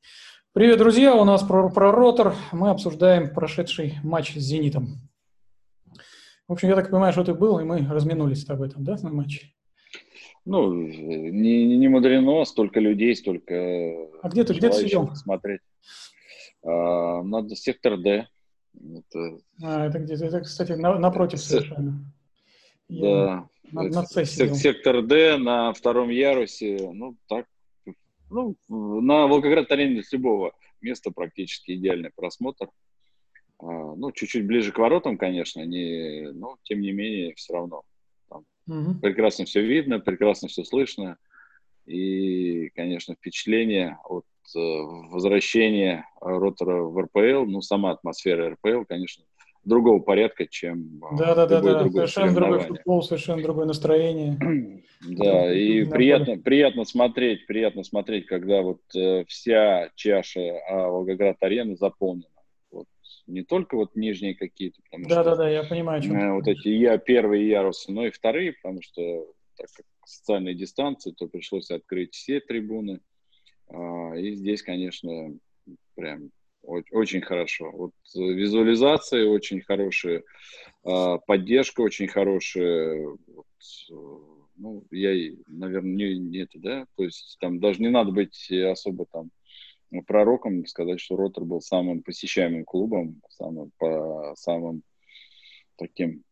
Привет, друзья! У нас про Ротор. Мы обсуждаем прошедший матч с «Зенитом». В общем, я так понимаю, что ты был, и мы разминулись с тобой там, да, на матче? Ну, не мудрено, столько людей, столько А где ты желающих сидел? посмотреть. Надо сектор Д. Это, Это где-то, это, кстати, напротив с- совершенно. Я да, на С сидел. сектор Д на втором ярусе. Ну, так, ну, на Волгоград-арене с любого места практически идеальный просмотр. Ну, чуть-чуть ближе к воротам, конечно, но тем не менее, все равно. Там Мгм. прекрасно все видно, прекрасно все слышно. И, конечно, впечатление от возвращения Ротора в РПЛ, ну, сама атмосфера РПЛ, конечно, другого порядка, чем любое Да-да-да-да. другое Совершенно другой соревнование. футбол, совершенно другое настроение. Да, Другие и люди на поле. приятно смотреть, когда вот вся чаша Волгоград-арены заполнена. Вот. Не только вот нижние какие-то, потому что Да-да-да, я понимаю, о чем ты вот говоришь. эти первые ярусы, но и вторые, потому что так как социальные дистанции, то пришлось открыть все трибуны. И здесь, конечно, прям очень хорошо. Вот визуализация очень хорошая, поддержка очень хорошая. Вот, ну, наверное, не это, да, то есть там даже не надо быть особо там пророком, сказать, что Ротор был самым посещаемым клубом, самым таким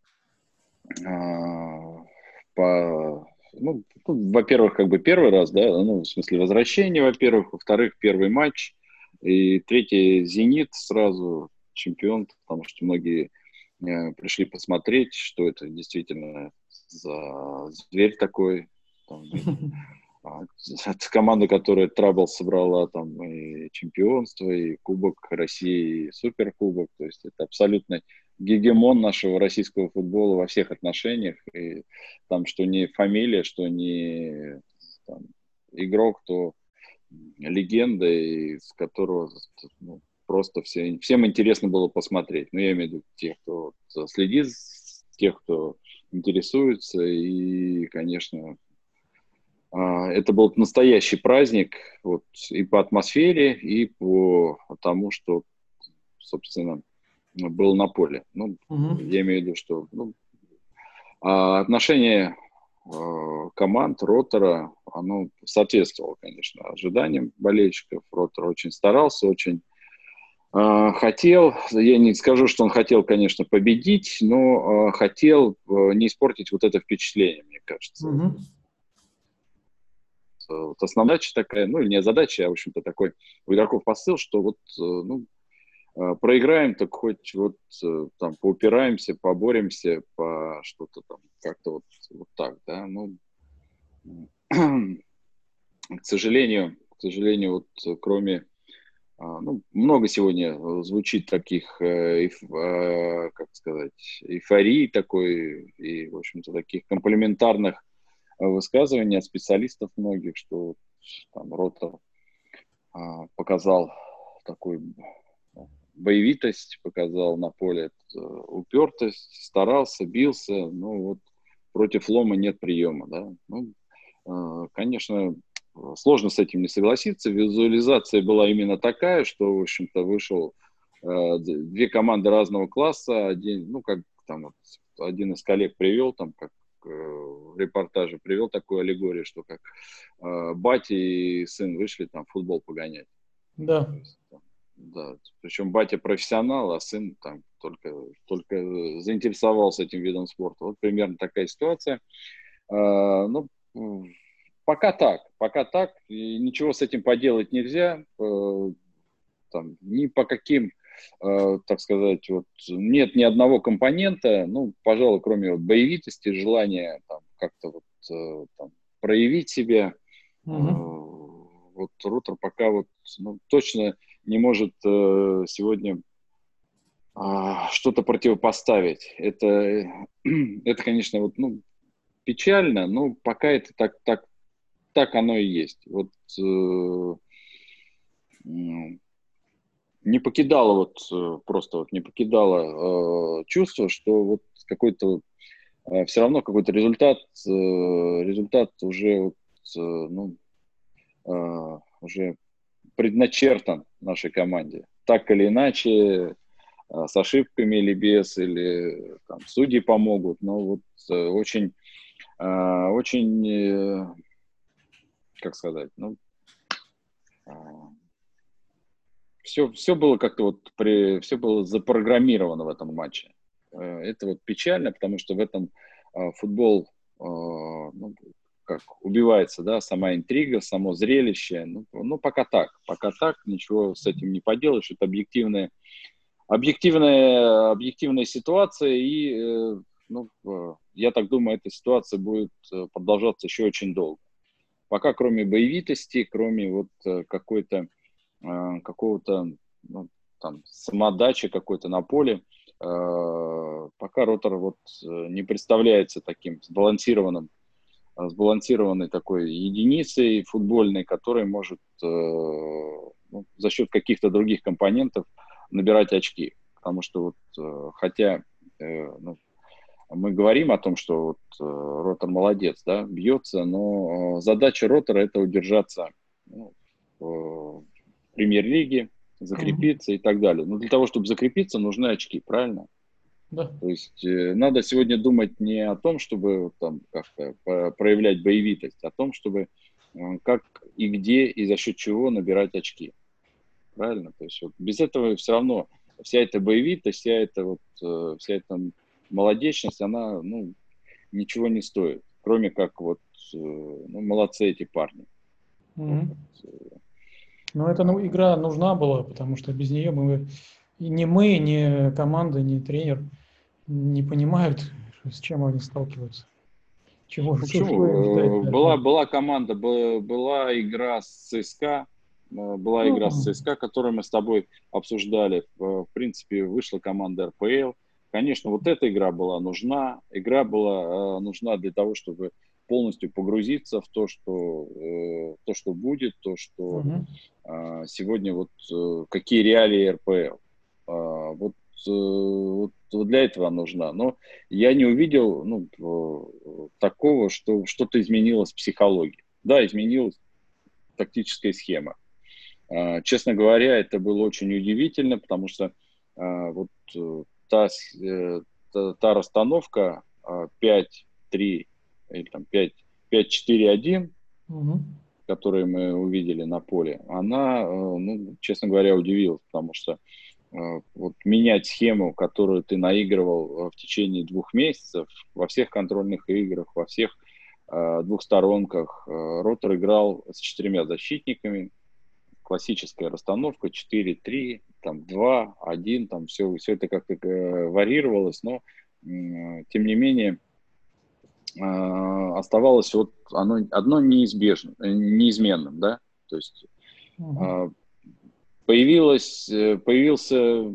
а, во-первых, как бы первый раз, да, ну, в смысле возвращение, во-первых, во-вторых, первый матч, и третий «Зенит» сразу чемпион, потому что многие пришли посмотреть, что это действительно за зверь такой, там, а, это команда, которая трабл собрала там и чемпионство, и Кубок России, и Суперкубок. То есть это абсолютно гегемон нашего российского футбола во всех отношениях. И там что не фамилия, что не там, игрок, то легенда, из которого ну, просто всем интересно было посмотреть. Ну, я имею в виду тех, кто вот следит, тех, кто интересуется. И, конечно, это был настоящий праздник вот, и по атмосфере, и по тому, что, собственно, был на поле. Ну, Мгм. я имею в виду, что отношение команд Ротора, оно соответствовало, конечно, ожиданиям болельщиков. Ротор очень старался, очень хотел, я не скажу, что он хотел, конечно, победить, но хотел не испортить вот это впечатление, мне кажется. Мгм. Вот основная задача такая, ну, или не задача, а, в общем-то, такой у игроков посыл, что вот, ну, проиграем, так хоть вот там поупираемся, поборемся, по что-то там, как-то вот так, да, ну, к сожалению, вот кроме, ну, много сегодня звучит таких, как сказать, эйфории такой, и, в общем-то, таких комплементарных высказываний от специалистов многих, что там Ротор показал такую боевитость, показал на поле упертость, старался, бился, ну вот против лома нет приема, да. Ну, конечно, сложно с этим не согласиться. Визуализация была именно такая, что, в общем-то, вышел две команды разного класса, ну, как там вот, один из коллег привел, там, как в репортаже привел такую аллегорию, что как батя и сын вышли там футбол погонять. Да. То есть, да, причем батя профессионал, а сын там только заинтересовался этим видом спорта. Вот примерно такая ситуация. Ну, пока так, и ничего с этим поделать нельзя. Там, ни по каким, так сказать, вот нет ни одного компонента, ну, пожалуй, кроме вот боевитости, желания там как-то вот там, проявить себя. Мгм. Вот Рутер пока вот ну, точно не может сегодня что-то противопоставить. Это, конечно, вот, ну, печально, но пока это так оно и есть. Вот не покидало просто вот не покидало чувство, что вот какой-то все равно какой-то результат уже вот, ну, уже предначертан нашей команде. Так или иначе, с ошибками или без, или там, судьи помогут, но вот очень, очень, как сказать, ну, все было как-то вот, все было запрограммировано в этом матче. Это вот печально, потому что в этом футбол, ну, как убивается, да, сама интрига, само зрелище. Ну, пока так, ничего с этим не поделаешь. Это объективная ситуация, и, ну, я так думаю, эта ситуация будет продолжаться еще очень долго. Пока кроме боевитости, кроме вот какого-то, ну, там, самодачи какой-то на поле, пока Ротор вот не представляется таким сбалансированной такой единицей футбольной, которая может ну, за счет каких-то других компонентов набирать очки. Потому что вот, хотя ну, мы говорим о том, что вот, Ротор молодец, да, бьется, но задача Ротора — это удержаться, ну, в премьер-лиге, закрепиться и так далее. Но для того, чтобы закрепиться, нужны очки, правильно? Да. То есть надо сегодня думать не о том, чтобы вот там как-то проявлять боевитость, а о том, чтобы как и где и за счет чего набирать очки. Правильно? То есть вот без этого все равно вся эта боевитость, вся эта молодечность, она, ну, ничего не стоит. Кроме как вот, ну, молодцы эти парни. Вот, Мгм. Но эта игра нужна была, потому что без нее и ни мы, ни команда, ни тренер не понимают, с чем они сталкиваются. ну Что им ждать почему? дальше. Была команда, была игра с ЦСКА, которую мы с тобой обсуждали. В принципе, вышла команда РПЛ. Конечно, вот эта игра была нужна. Игра была нужна для того, чтобы полностью погрузиться в то, что будет, то, что Мгм. сегодня вот какие реалии РПЛ. Вот для этого она нужна. Но я не увидел, ну, такого, что что-то изменилось в психологии. Да, изменилась тактическая схема. Честно говоря, это было очень удивительно, потому что вот та расстановка 5-3 или там 5-4-1, Мгм. которую мы увидели на поле, она, ну, честно говоря, удивила, потому что вот менять схему, которую ты наигрывал в течение 2 месяцев во всех контрольных играх, во всех двухсторонках. Ротор играл с 4 защитниками, классическая расстановка 4-3, там 2-1, там все это как-то варьировалось, но тем не менее оставалось вот одно неизменным, да, то есть Мгм. э, появился,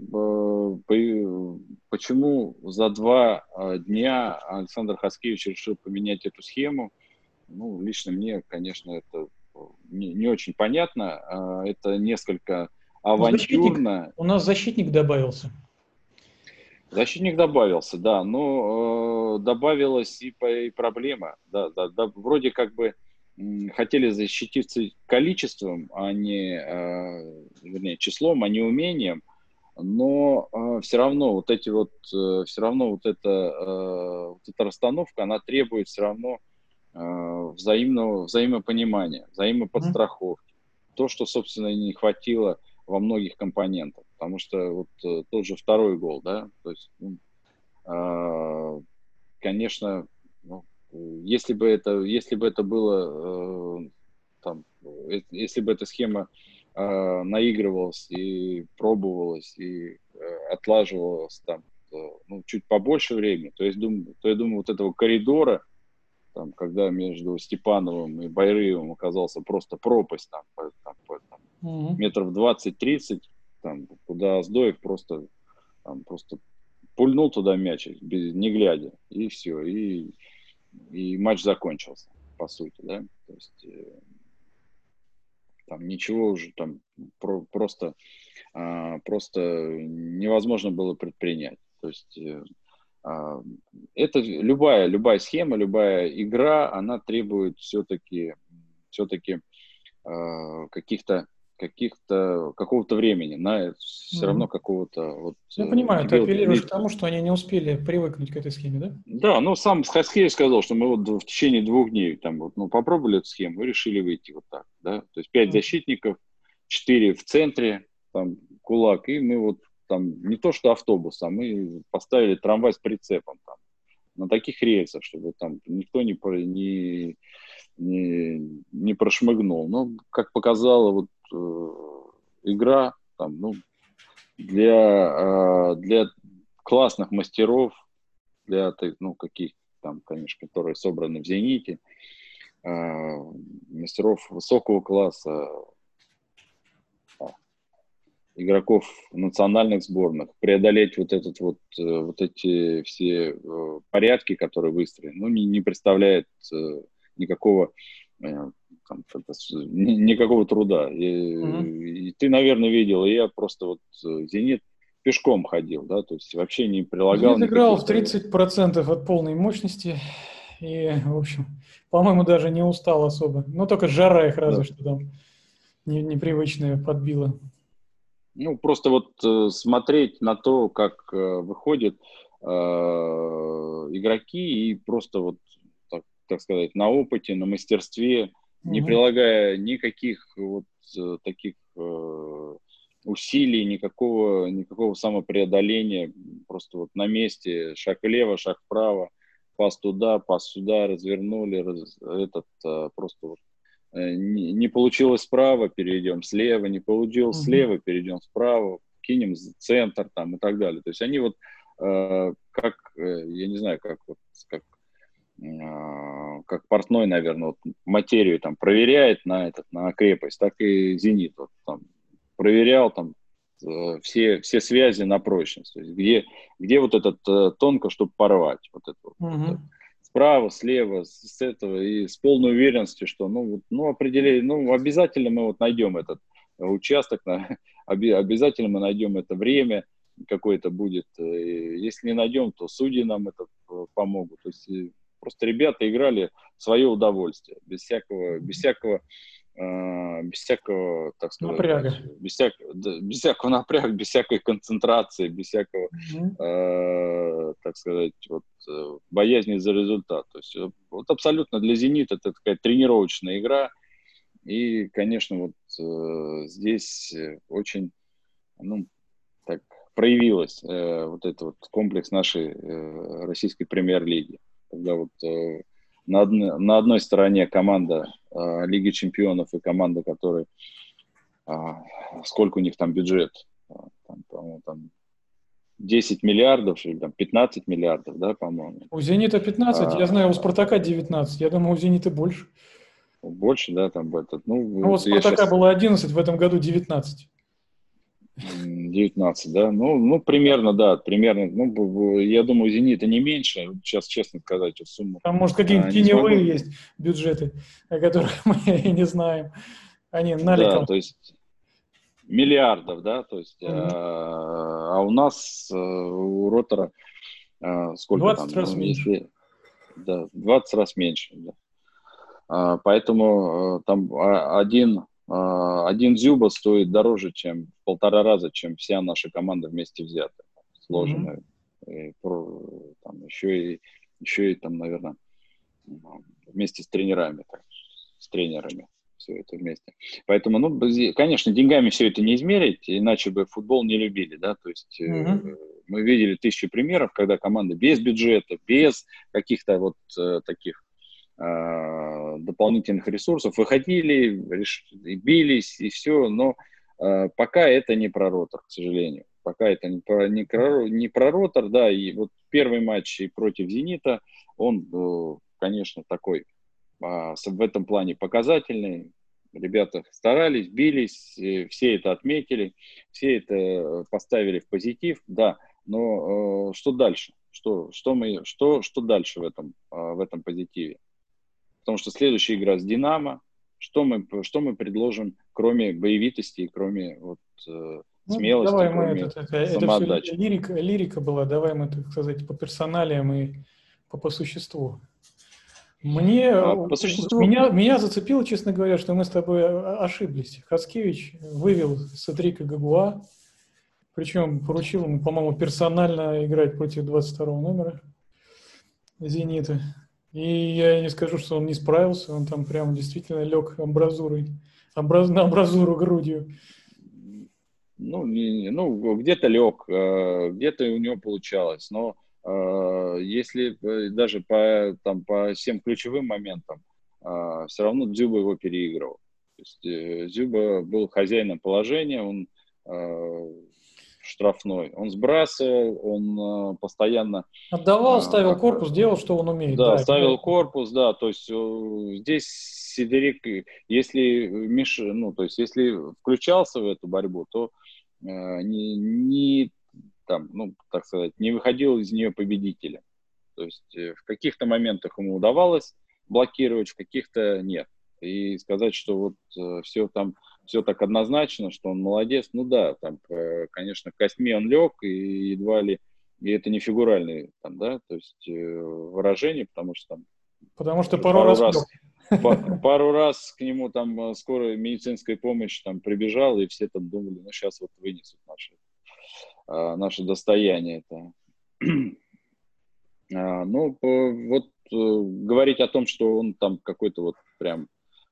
почему за 2 дня Александр Хаскевич решил поменять эту схему. Ну, лично мне, конечно, это не очень понятно. Это несколько Ну, защитник, авантюрно. у нас защитник добавился. Защитник добавился, да, но добавилась и проблема. Да, да, да, вроде как бы хотели защититься количеством, а не, вернее, числом, а не умением, но все равно все равно вот эта расстановка, она требует все равно взаимопонимания, Мгм. взаимоподстраховки. То, что, собственно, и не хватило во многих компонентах. Потому что вот тот же второй гол, да, то есть, ну, конечно, ну, если бы это было, там, если бы эта схема наигрывалась и пробовалась, и отлаживалась там, ну, чуть побольше времени, то я думаю, вот этого коридора, там, когда между Степановым и Байрыевым оказался просто пропасть, там, Мгм. метров 20-30, там, куда Аздоев просто пульнул туда мяч, не глядя, и все, и матч закончился, по сути, да, то есть там ничего уже там просто невозможно было предпринять, то есть а, это любая схема, любая игра, она требует все-таки каких-то какого-то времени, все равно какого-то вот Я понимаю, ты тебе вот апеллируешь к тому, что они не успели привыкнуть к этой схеме, да? да, ну сам Хаскеев сказал, что мы вот в течение 2 дней там вот, ну, попробовали эту схему и решили выйти вот так, да, то есть 5 защитников, 4 в центре, там кулак, и мы вот там не то что автобус, а мы поставили трамвай с прицепом там, на таких рельсах, чтобы там никто не прошмыгнул. Но, как показала вот игра, там, ну, для классных мастеров, для ну, каких там, конечно, которые собраны в «Зените», мастеров высокого класса, игроков национальных сборных, преодолеть вот эти все порядки, которые выстроены, ну, не представляет никакого никакого труда. И ты, наверное, видел, и я просто вот «Зенит» пешком ходил, да, то есть вообще не прилагал «Зенит» играл никаких... в 30% от полной мощности и, в общем, по-моему, даже не устал особо. Ну, только жара их разве Да. что там непривычная подбила. Ну, просто вот смотреть на то, как выходят игроки и просто вот, так сказать, на опыте, на мастерстве, не прилагая никаких вот таких усилий, никакого самопреодоления, просто вот на месте, шаг влево, шаг вправо, пас туда, пас сюда, развернули, просто вот не получилось справа, перейдем слева, не получилось слева, перейдем справа, кинем в центр там и так далее. То есть они вот я не знаю, как портной, наверное, вот материю там проверяет на крепость, так и «Зенит» вот, там, проверял там все связи на прочность. То есть где вот этот тонко, чтобы порвать. Вот это вот. Справа, слева, с этого, и с полной уверенностью, что обязательно мы вот найдем этот участок, обязательно мы найдем это время, какое-то будет. Если не найдем, то судьи нам это помогут. То есть просто ребята играли в свое удовольствие, без всякого, так сказать, напряга. без всякого напряга, без всякой концентрации, без всякого, так сказать, вот, боязни за результат. То есть вот абсолютно для «Зенита» это такая тренировочная игра. И, конечно, вот здесь очень, ну, так проявилась вот этот вот комплекс нашей российской премьер-лиги. Когда вот на одной стороне команда Лиги чемпионов и команда, которая сколько у них там бюджет, там, по-моему, там 10 миллиардов или там 15 миллиардов, да, по-моему. У «Зенита» 15, я знаю, у «Спартака» 19, я думаю, у «Зенита» больше. Больше, да, там этот, Ну вот «Спартака» было 11, в этом году 19. 19, да, ну, примерно, да, примерно, ну, я думаю, «Зенита» не меньше, сейчас, честно сказать, сумму Там, может, какие-нибудь не смогу. теневые есть бюджеты, о которых мы и не знаем. Они наликом. Да, то есть миллиардов, да, то есть, а у нас, у «Ротора» сколько 20 там, раз ну, меньше. если, да, 20 раз меньше, да. Поэтому там один Дзюба стоит дороже, чем в 1,5 раза, чем вся наша команда вместе взятая, сложенная. И, там, еще и там, наверное, вместе с тренерами, все это вместе. Поэтому, ну, конечно, деньгами все это не измерить, иначе бы футбол не любили, да, то есть мы видели тысячи примеров, когда команда без бюджета, без каких-то вот таких дополнительных ресурсов выходили, бились и все, но пока это не про «Ротор», к сожалению. Пока это не про «Ротор», да, и вот первый матч и против «Зенита», он, конечно, такой в этом плане показательный. Ребята старались, бились, все это отметили, все это поставили в позитив, да, но что дальше? Что дальше в этом позитиве? Потому что следующая игра с «Динамо». Что мы предложим, кроме боевитости, кроме вот, смелости, давай кроме это все самоотдачи? лирика была, давай мы, так сказать, по персоналиям и по существу. Мне, По существу, меня зацепило, честно говоря, что мы с тобой ошиблись. Хацкевич вывел Садрика Гагуа, причем поручил ему, по-моему, персонально играть против 22 номера «Зенита». И я не скажу, что он не справился, он там прям действительно лег амбразурой, на амбразуру грудью. ну, где-то лег, где-то у него получалось, но если даже по всем ключевым моментам, все равно Дзюба его переигрывал. То есть Дзюба был хозяином положения, он штрафной, он сбрасывал, он постоянно Отдавал, ставил как корпус, делал, что он умеет. да, Да, ставил корпус, да, то есть здесь Сидорик, если ну, то есть если включался в эту борьбу, то не там, ну, так сказать, не выходил из нее победителем. То есть в каких-то моментах ему удавалось блокировать, в каких-то нет. И сказать, что вот все так однозначно, что он молодец, ну да, там, конечно, костьми он лег, и едва ли, и это не фигуральные там, да, то есть выражения, потому что там потому что уже пару раз лег. пару раз к нему там скорая медицинская помощь там прибежала, и все там думали, ну сейчас вот вынесут наше достояние. Это. Ну, вот говорить о том, что он там какой-то вот прям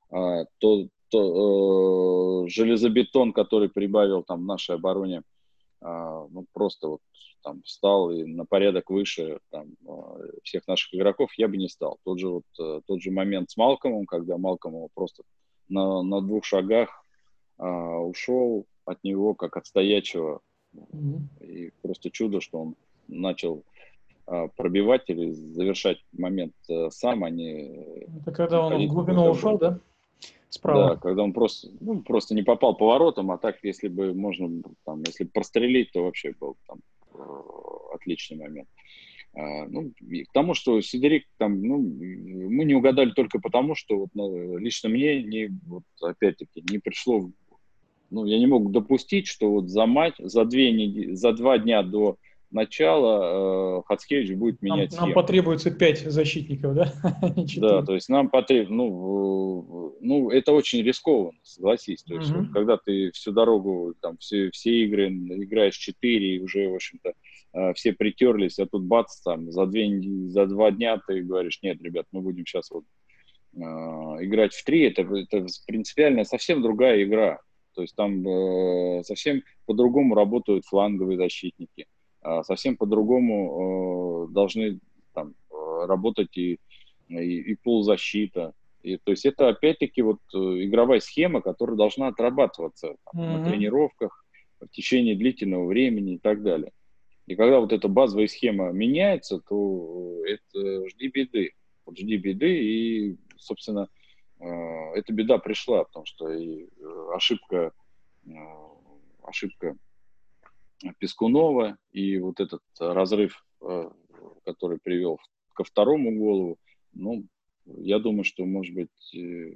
железобетон, который прибавил там нашей обороне, ну, просто вот там встал и на порядок выше там, всех наших игроков, я бы не стал. Тот же момент с Малкомом, когда Малком его просто на 2 шагах ушел от него, как от стоячего. И просто чудо, что он начал пробивать или завершать момент сам, а не Это когда он в ходить глубину какой-то... ушел, да? Да, Справа. когда он просто не попал поворотом, а так, если бы можно, там, если бы прострелить, то вообще был там отличный момент. Ну, и к тому, что Сидорик там, ну, мы не угадали только потому, что вот, ну, лично мне вот, опять-таки не пришло, ну, я не мог допустить, что вот за 2 дня до начала Хацкевич будет менять Нам схему. потребуется 5 защитников, да? А не Да, 4. то есть нам потребно, ну, это очень рискованно, согласись. То есть вот Мгм. когда ты всю дорогу, там, все игры играешь 4, и уже, в общем-то, все притерлись, а тут бац, там, за 2 дня ты говоришь, нет, ребят, мы будем сейчас вот играть в 3, это принципиально совсем другая игра. То есть там совсем по-другому работают фланговые защитники, совсем по-другому должны там работать и полузащита. И, то есть это опять-таки вот игровая схема, которая должна отрабатываться там, на Мгм. тренировках в течение длительного времени и так далее. И когда вот эта базовая схема меняется, то это жди беды. Вот жди беды, и, собственно, эта беда пришла, потому что и э, ошибка Пескунова, и вот этот разрыв, который привел ко второму голу, ну, я думаю, что, может быть,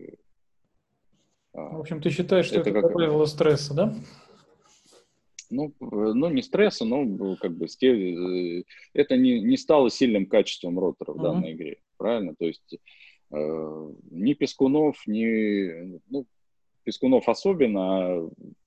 В общем, ты считаешь, что это это как, добавило стресса, да? ну, не стресса, но как бы это не стало сильным качеством Ротора в Мгм. данной игре, правильно? То есть ни Пескунов, ну, Пескунов особенно,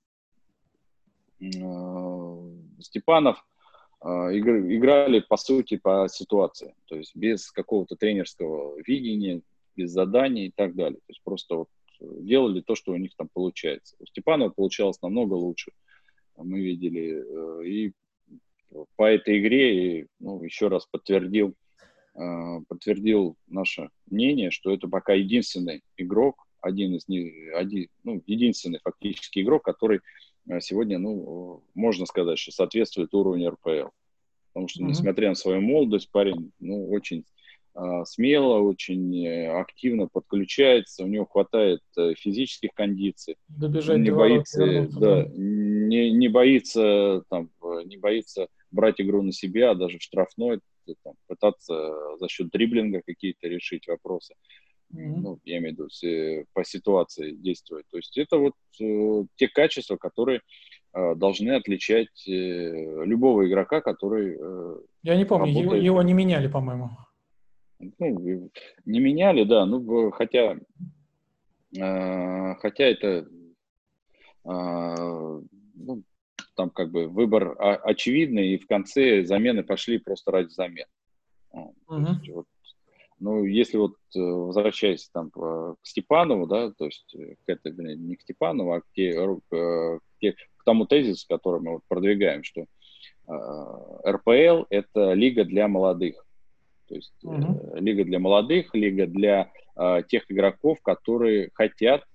Степанов играли, по сути, по ситуации, то есть без какого-то тренерского видения, без заданий и так далее. То есть просто вот делали то, что у них там получается. У Степанова получалось намного лучше. Мы видели. И по этой игре, ну, еще раз подтвердил наше мнение, что это пока единственный игрок, ну, единственный фактически игрок, который сегодня, ну, можно сказать, что соответствует уровню РПЛ. Потому что, Мгм. несмотря на свою молодость, парень, ну, очень смело, очень активно подключается, у него хватает физических кондиций, он Добежать не до ворот, боится, вернуться, да. да, не боится, там, не боится брать игру на себя, а даже в штрафной, там, пытаться за счет дриблинга какие-то решить вопросы. Мгм. Ну, я имею в виду, по ситуации действовать. То есть это вот те качества, которые должны отличать любого игрока, который Я не помню, работает. его не меняли, по-моему. Ну, не меняли, да, ну, хотя это, ну, там как бы выбор очевидный, и в конце замены пошли просто ради замен. То есть, Мгм. вот, ну, если вот возвращаясь там к Степанову, да, то есть к этой, не к Степанову, а к тому тезису, который мы вот продвигаем, что РПЛ – это лига для молодых. То есть Мгм. лига для молодых, лига для тех игроков, которые хотят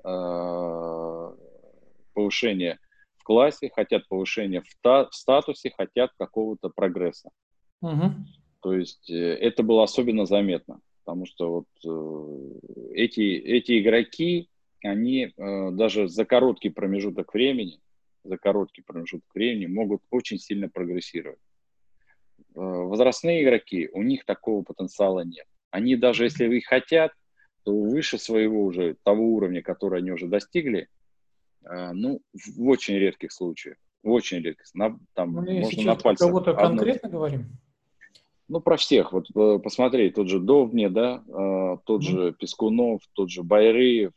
повышения в классе, хотят повышения в статусе, хотят какого-то прогресса. Мгм. То есть это было особенно заметно, потому что вот эти игроки, они даже за короткий промежуток времени могут очень сильно прогрессировать. Возрастные игроки, у них такого потенциала нет. Они даже если и хотят, то выше своего уже, того уровня, который они уже достигли, ну, в очень редких случаях, в очень редких, там Мы можно на сейчас про пальцах кого-то одну, конкретно говорим? ну, про всех, вот посмотри, тот же Довни, да, тот Мгм. же Пескунов, тот же Байрыев,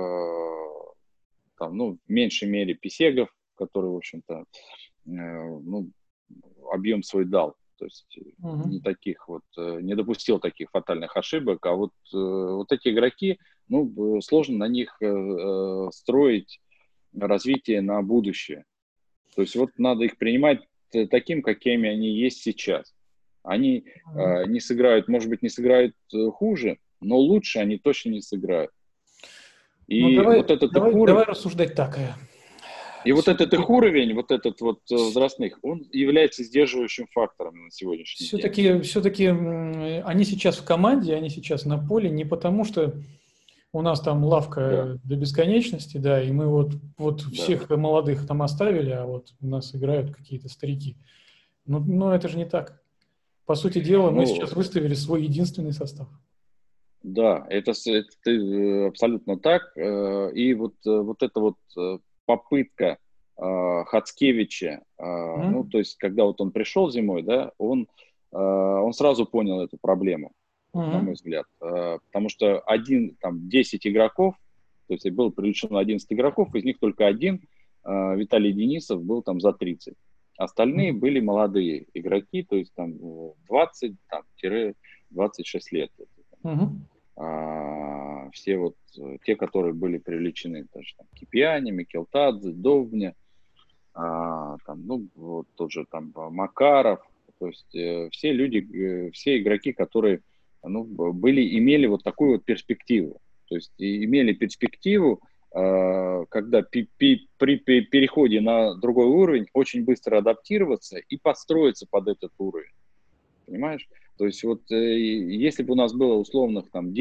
там, ну, в меньшей мере Писегов, который, в общем-то, ну, объем свой дал. То есть не Мгм. таких вот, не допустил таких фатальных ошибок, а вот эти игроки, ну, сложно на них строить развитие на будущее. То есть вот надо их принимать таким, какими они есть сейчас. Они Мгм. не сыграют, может быть, не сыграют хуже, но лучше они точно не сыграют. Ну, И вот этот их давай уровень, рассуждать так. и вот этот их Все-таки уровень, вот этот вот возрастных, он является сдерживающим фактором на сегодняшний день. все-таки они сейчас в команде, они сейчас на поле не потому, что у нас там Да, лавка до бесконечности, да, и мы вот да. всех молодых там оставили, а вот у нас играют какие-то старики. Но это же не так. По сути дела, мы Ну, сейчас выставили свой единственный состав. да, это ты абсолютно так. И вот эта вот попытка Хацкевича, ну, Мгм. то есть, когда вот он пришел зимой, да, он сразу понял эту проблему, вот, на мой Мгм. взгляд. Потому что там, 10 игроков, то есть было привлечено 11 игроков, из них только один, Виталий Денисов, был там за 30. Остальные Мгм. были молодые игроки, то есть там 20 там, 26 лет. Мгм. Все вот те, которые были привлечены, даже там Кипиани, Микелтадзе, Довня, там, ну, вот тот же там Макаров, то есть все люди, все игроки, которые, ну, имели вот такую вот перспективу, то есть имели перспективу, когда при переходе на другой уровень очень быстро адаптироваться и подстроиться под этот уровень. Понимаешь? То есть вот если бы у нас было условных там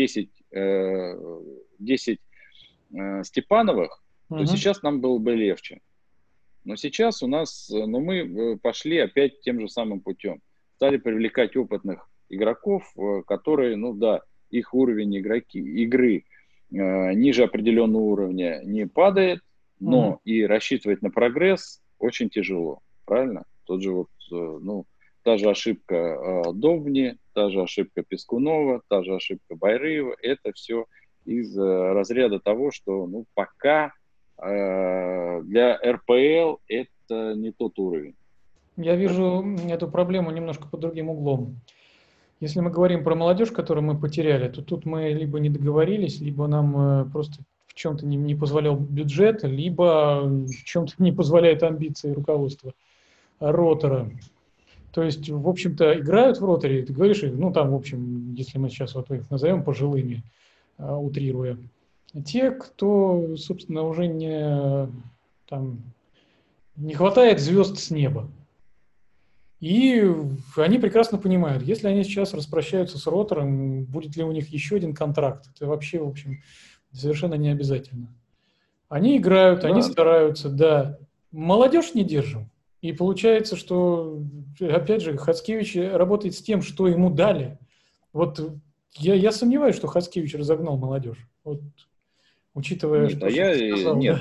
10 Степановых, то Мгм. сейчас нам было бы легче. Но сейчас у нас, ну, мы пошли опять тем же самым путем. Стали привлекать опытных игроков, которые, ну да, их уровень игры ниже определенного уровня не падает, Мгм. но и рассчитывать на прогресс очень тяжело. Правильно? Тот же вот, ну, та же ошибка Довни, та же ошибка Пескунова, та же ошибка Байрыева, это все из разряда того, что, ну, пока для РПЛ это не тот уровень. Я Вот. вижу эту проблему немножко под другим углом. Если мы говорим про молодежь, которую мы потеряли, то тут мы либо не договорились, либо нам просто в чем-то не позволял бюджет, либо в чем-то не позволяют амбиции руководства ротора. То есть, в общем-то, играют в роторе, ты говоришь, ну там, в общем, если мы сейчас вот их назовем пожилыми, утрируя, те, кто, собственно, уже там, не хватает звезд с неба. И они прекрасно понимают, если они сейчас распрощаются с ротором, будет ли у них еще один контракт, это вообще, в общем, совершенно не обязательно. Они играют, они Да, стараются, да. Молодежь не держим. И получается, что, опять же, Хацкевич работает с тем, что ему дали. Вот я сомневаюсь, что Хацкевич разогнал молодежь. Вот, учитывая нет, то, что ты сказал, нет, да.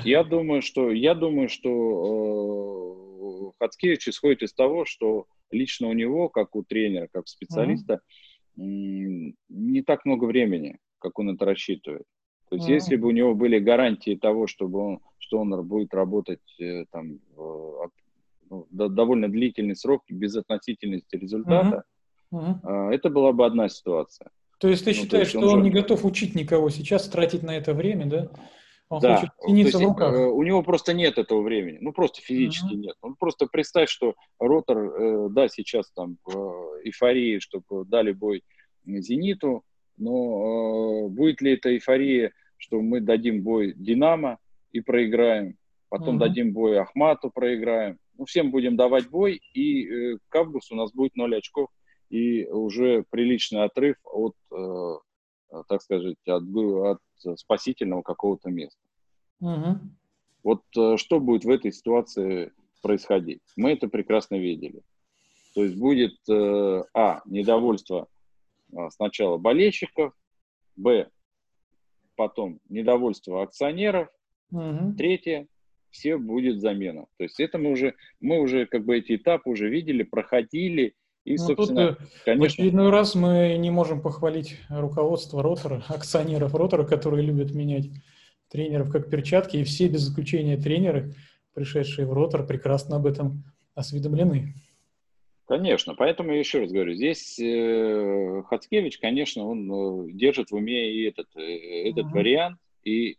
я думаю, что Хацкевич исходит из того, что лично у него, как у тренера, как у Мгм. специалиста, не так много времени, как он это рассчитывает. То есть, если Мгм. бы у него были гарантии того, что он будет работать там ну, довольно длительный срок без относительности Мгм. результата, Мгм. это была бы одна ситуация. То есть ты Ну, то считаешь, есть он что он же, не готов учить никого сейчас, тратить на это время, да? Он хочет да, то цениться есть в руках. у него просто нет этого времени, ну просто физически Мгм. нет. Ну просто представь, что Ротор, да, сейчас там в эйфории, чтобы дали бой Зениту, но будет ли это эйфория, что мы дадим бой Динамо и проиграем, потом Мгм. дадим бой Ахмату, проиграем. Ну, всем будем давать бой, и к августу у нас будет 0 очков и уже приличный отрыв от, так сказать, от спасительного какого-то места. Мгм. Вот что будет в этой ситуации происходить? Мы это прекрасно видели. То есть будет, недовольство сначала болельщиков, б, потом недовольство акционеров, Мгм. третье, все будет замена. То есть это мы уже как бы эти этапы уже видели, проходили, и, Ну, тут собственно, в конечно, очередной раз мы не можем похвалить руководство Ротора, акционеров Ротора, которые любят менять тренеров как перчатки, и все без исключения тренеры, пришедшие в Ротор, прекрасно об этом осведомлены. конечно. Поэтому я еще раз говорю, здесь Хацкевич, конечно, он держит в уме и этот Мгм. вариант, и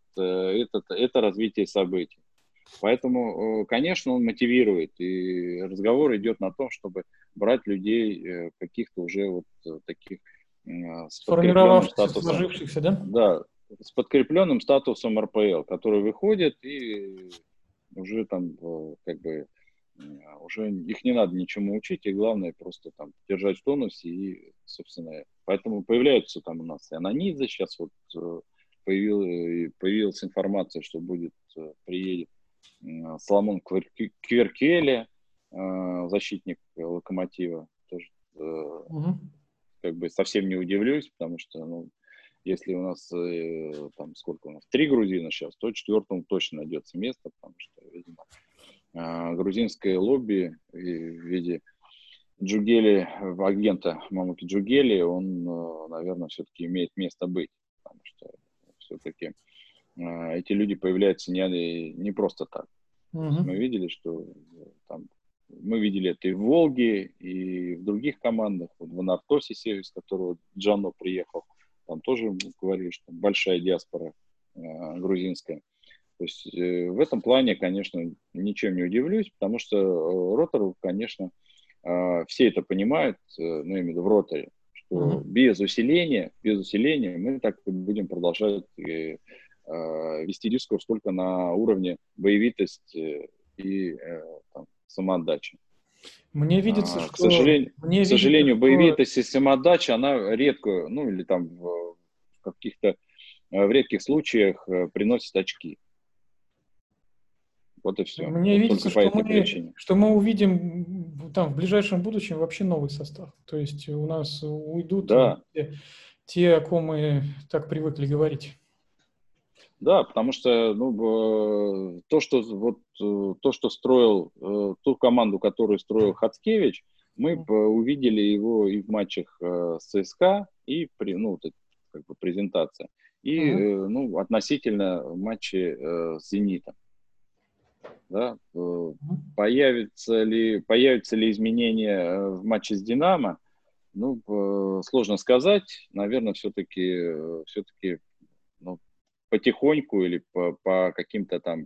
это развитие событий. Поэтому, конечно, он мотивирует, и разговор идет на том, чтобы брать людей каких-то уже вот таких с подкрепленным Сформировавшихся, статусом, сложившихся, да? да, с подкрепленным статусом РПЛ, которые выходят и уже там как бы уже их не надо ничему учить, и главное просто там держать в тонусе и, собственно, поэтому появляются там у нас и Ананидзе, сейчас вот появилась информация, что приедет Соломон Кверкеле, защитник Локомотива, тоже Мгм. как бы совсем не удивлюсь, потому что, ну, если у нас там сколько у нас, 3 грузина сейчас, то четвертому точно найдется место, потому что, видимо, грузинское лобби в виде Джугели, агента Мамуки Джугели, он, наверное, все-таки имеет место быть, потому что все-таки эти люди появляются не просто так. То есть мы Мгм. видели, что там мы видели это и в Волге, и в других командах. Вот в Анартосе, из которого Джано приехал, там тоже говорили, что большая диаспора грузинская. То есть в этом плане, конечно, ничем не удивлюсь, потому что Ротору, конечно, все это понимают, ну, именно в Роторе, что Мгм. без усиления мы так и будем продолжать вести дискурс только на уровне боевитости и там, самоотдачи. Мне видится, К что сожалению, мне к видится, сожалению, что боевитость и самоотдача, она редко, ну или там в каких-то в редких случаях приносит очки. Вот и все. мне Вот видится, только по этой причине. что мы увидим там в ближайшем будущем вообще новый состав. То есть у нас уйдут Да, те, о ком мы так привыкли говорить. да, потому что ну, то, что строил, ту команду, которую строил Хацкевич, мы увидели его и в матчах с ЦСКА, и при, ну, вот это, как бы презентация, и Мгм. ну, относительно матче с Зенитом. Да? Мгм. Появятся ли изменения в матче с Динамо? Ну, сложно сказать. Наверное, все-таки ну, потихоньку или по каким-то там,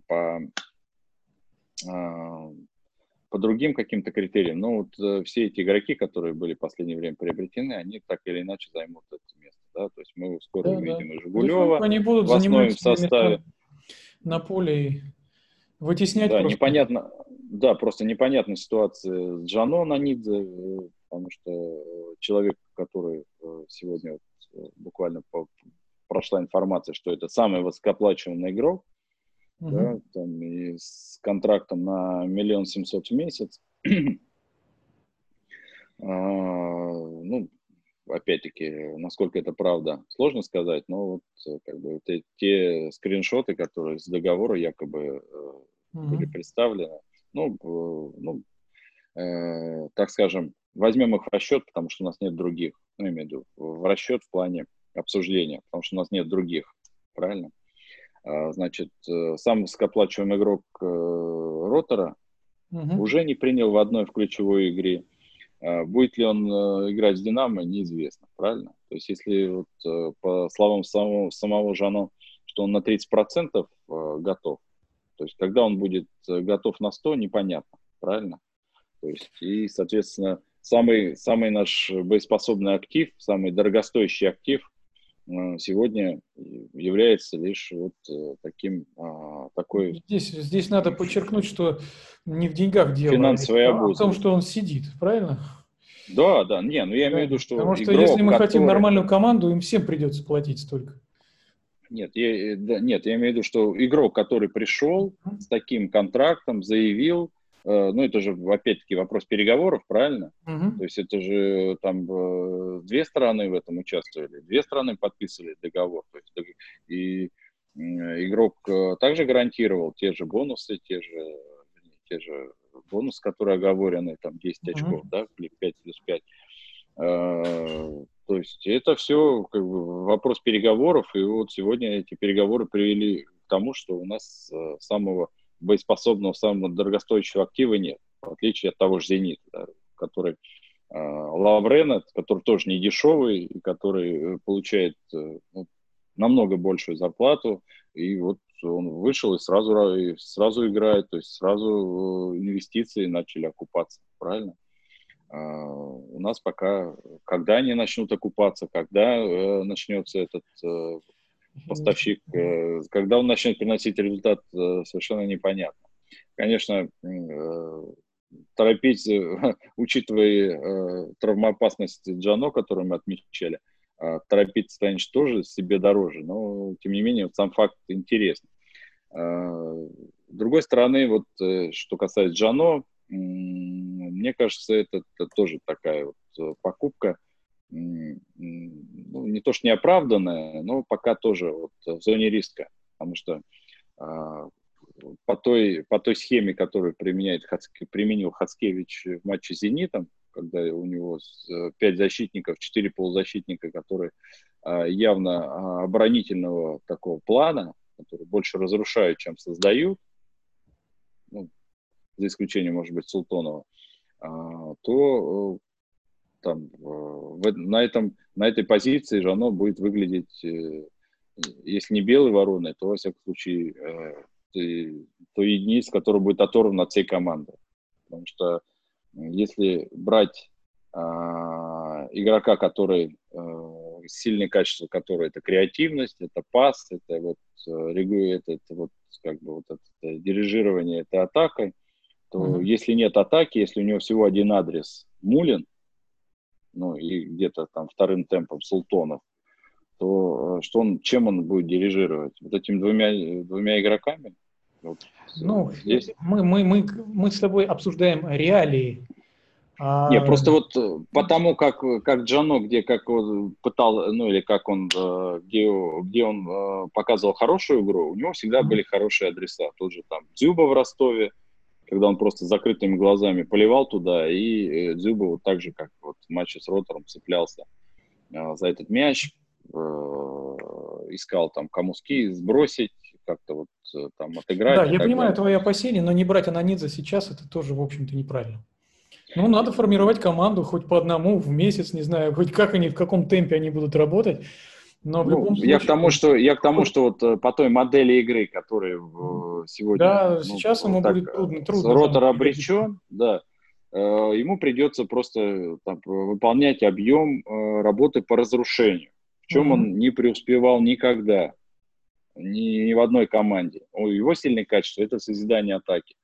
а, по другим каким-то критериям. Но вот все эти игроки, которые были в последнее время приобретены, они так или иначе займут это место. Да? То есть мы скоро Да, да. увидим и Потихоньку Жигулева они будут в занимать основе в свои места составе. на поле и вытеснять Да, просто. непонятно, да, просто непонятная ситуация с Джано Нанидзе, потому что человек, который сегодня вот, буквально прошла информация, что это самый высокооплачиваемый игрок, да, Мгм. там, и с контрактом на 1 700 000 в месяц. Ну, опять-таки, насколько это правда, сложно сказать, но вот как бы те скриншоты, которые с договора якобы были Мгм. представлены, ну, так скажем, возьмем их в расчет, потому что у нас нет других. Ну, я имею в виду в расчет в плане обсуждения, потому что у нас нет других. Правильно? Значит, сам высокооплачиваемый игрок Ротора уже не принял в одной в ключевой игре. Будет ли он играть с «Динамо», неизвестно, правильно? То есть, если вот, по словам самого Жано, что он на 30% готов, то есть, когда он будет готов на 100, непонятно, правильно? То есть, и, соответственно, самый наш боеспособный актив, самый дорогостоящий актив сегодня является лишь вот такой Здесь надо подчеркнуть, что не в деньгах дело, финансовой а в том, обузой. что он сидит, правильно? Да, да, не, ну я имею в виду, Да. что Потому что если игрок, мы хотим который... нормальную команду, им всем придется платить столько. Нет, нет, я имею в виду, что игрок, который пришел с таким контрактом, заявил, ну это же опять-таки вопрос переговоров, правильно? То есть это же там две стороны в этом участвовали, две стороны подписывали договор. То есть, и игрок также гарантировал те же бонусы, те же бонусы, которые оговорены, там 10 очков, да, 5+5. То есть это все как бы вопрос переговоров, и вот сегодня эти переговоры привели к тому, что у нас самого боеспособного, самого дорогостоящего актива нет, в отличие от того же «Зенита», да, который Лаврена, который тоже не дешевый, и который получает ну, намного большую зарплату, и вот он вышел и сразу играет, то есть сразу инвестиции начали окупаться, правильно? У нас пока, когда они начнут окупаться, когда начнется этот поставщик, когда он начнет приносить результат, совершенно непонятно. Конечно, торопить, учитывая травмоопасность Джано, которую мы отмечали, торопиться, конечно, тоже себе дороже, но, тем не менее, вот сам факт интересный. С другой стороны, вот что касается Джано, мне кажется, это тоже такая вот покупка, ну, не то что неоправданная, но пока тоже вот в зоне риска, потому что по той схеме, которую применил Хацкевич в матче с «Зенитом», когда у него 5 защитников, 4 полузащитника, которые явно оборонительного такого плана, которые больше разрушают, чем создают, ну, за исключением, может быть, Султонова, то там, на этой позиции Жано будет выглядеть, если не белой вороной, то, во всяком случае, той единиц, которая будет оторван от всей команды. Потому что если брать игрока, который сильное качество, которое это креативность, это пас, это вот как бы вот это дирижирование, это атака, то если нет атаки, если у него всего один адрес Мулин, ну и где-то там вторым темпом Султонов, то чем он будет дирижировать? Вот этими двумя игроками? Вот, ну, здесь... мы с тобой обсуждаем реалии. Не, просто вот потому, как Джано, как он пытал, ну или как он, где он показывал хорошую игру, у него всегда были хорошие адреса. Тот же там Дзюба в Ростове, когда он просто закрытыми глазами поливал туда, и Дзюба вот так же, как вот в матче с Ротором, цеплялся за этот мяч, искал там кому сбросить, как-то вот там отыграть Да, и я так понимаю далее. твои опасения, но не брать Ананидзе сейчас, это тоже, в общем-то, неправильно. Ну, надо формировать команду хоть по одному в месяц, не знаю, хоть как они, в каком темпе они будут работать, но в любом Я к тому, случае... что вот по той модели игры, которая сегодня, Да, сейчас ему так, будет трудно там Ротор пригодиться. обречен, да, ему придется просто там, выполнять объем работы по разрушению, в чем он не преуспевал никогда, ни в одной команде. Его сильное качество – это созидание атаки.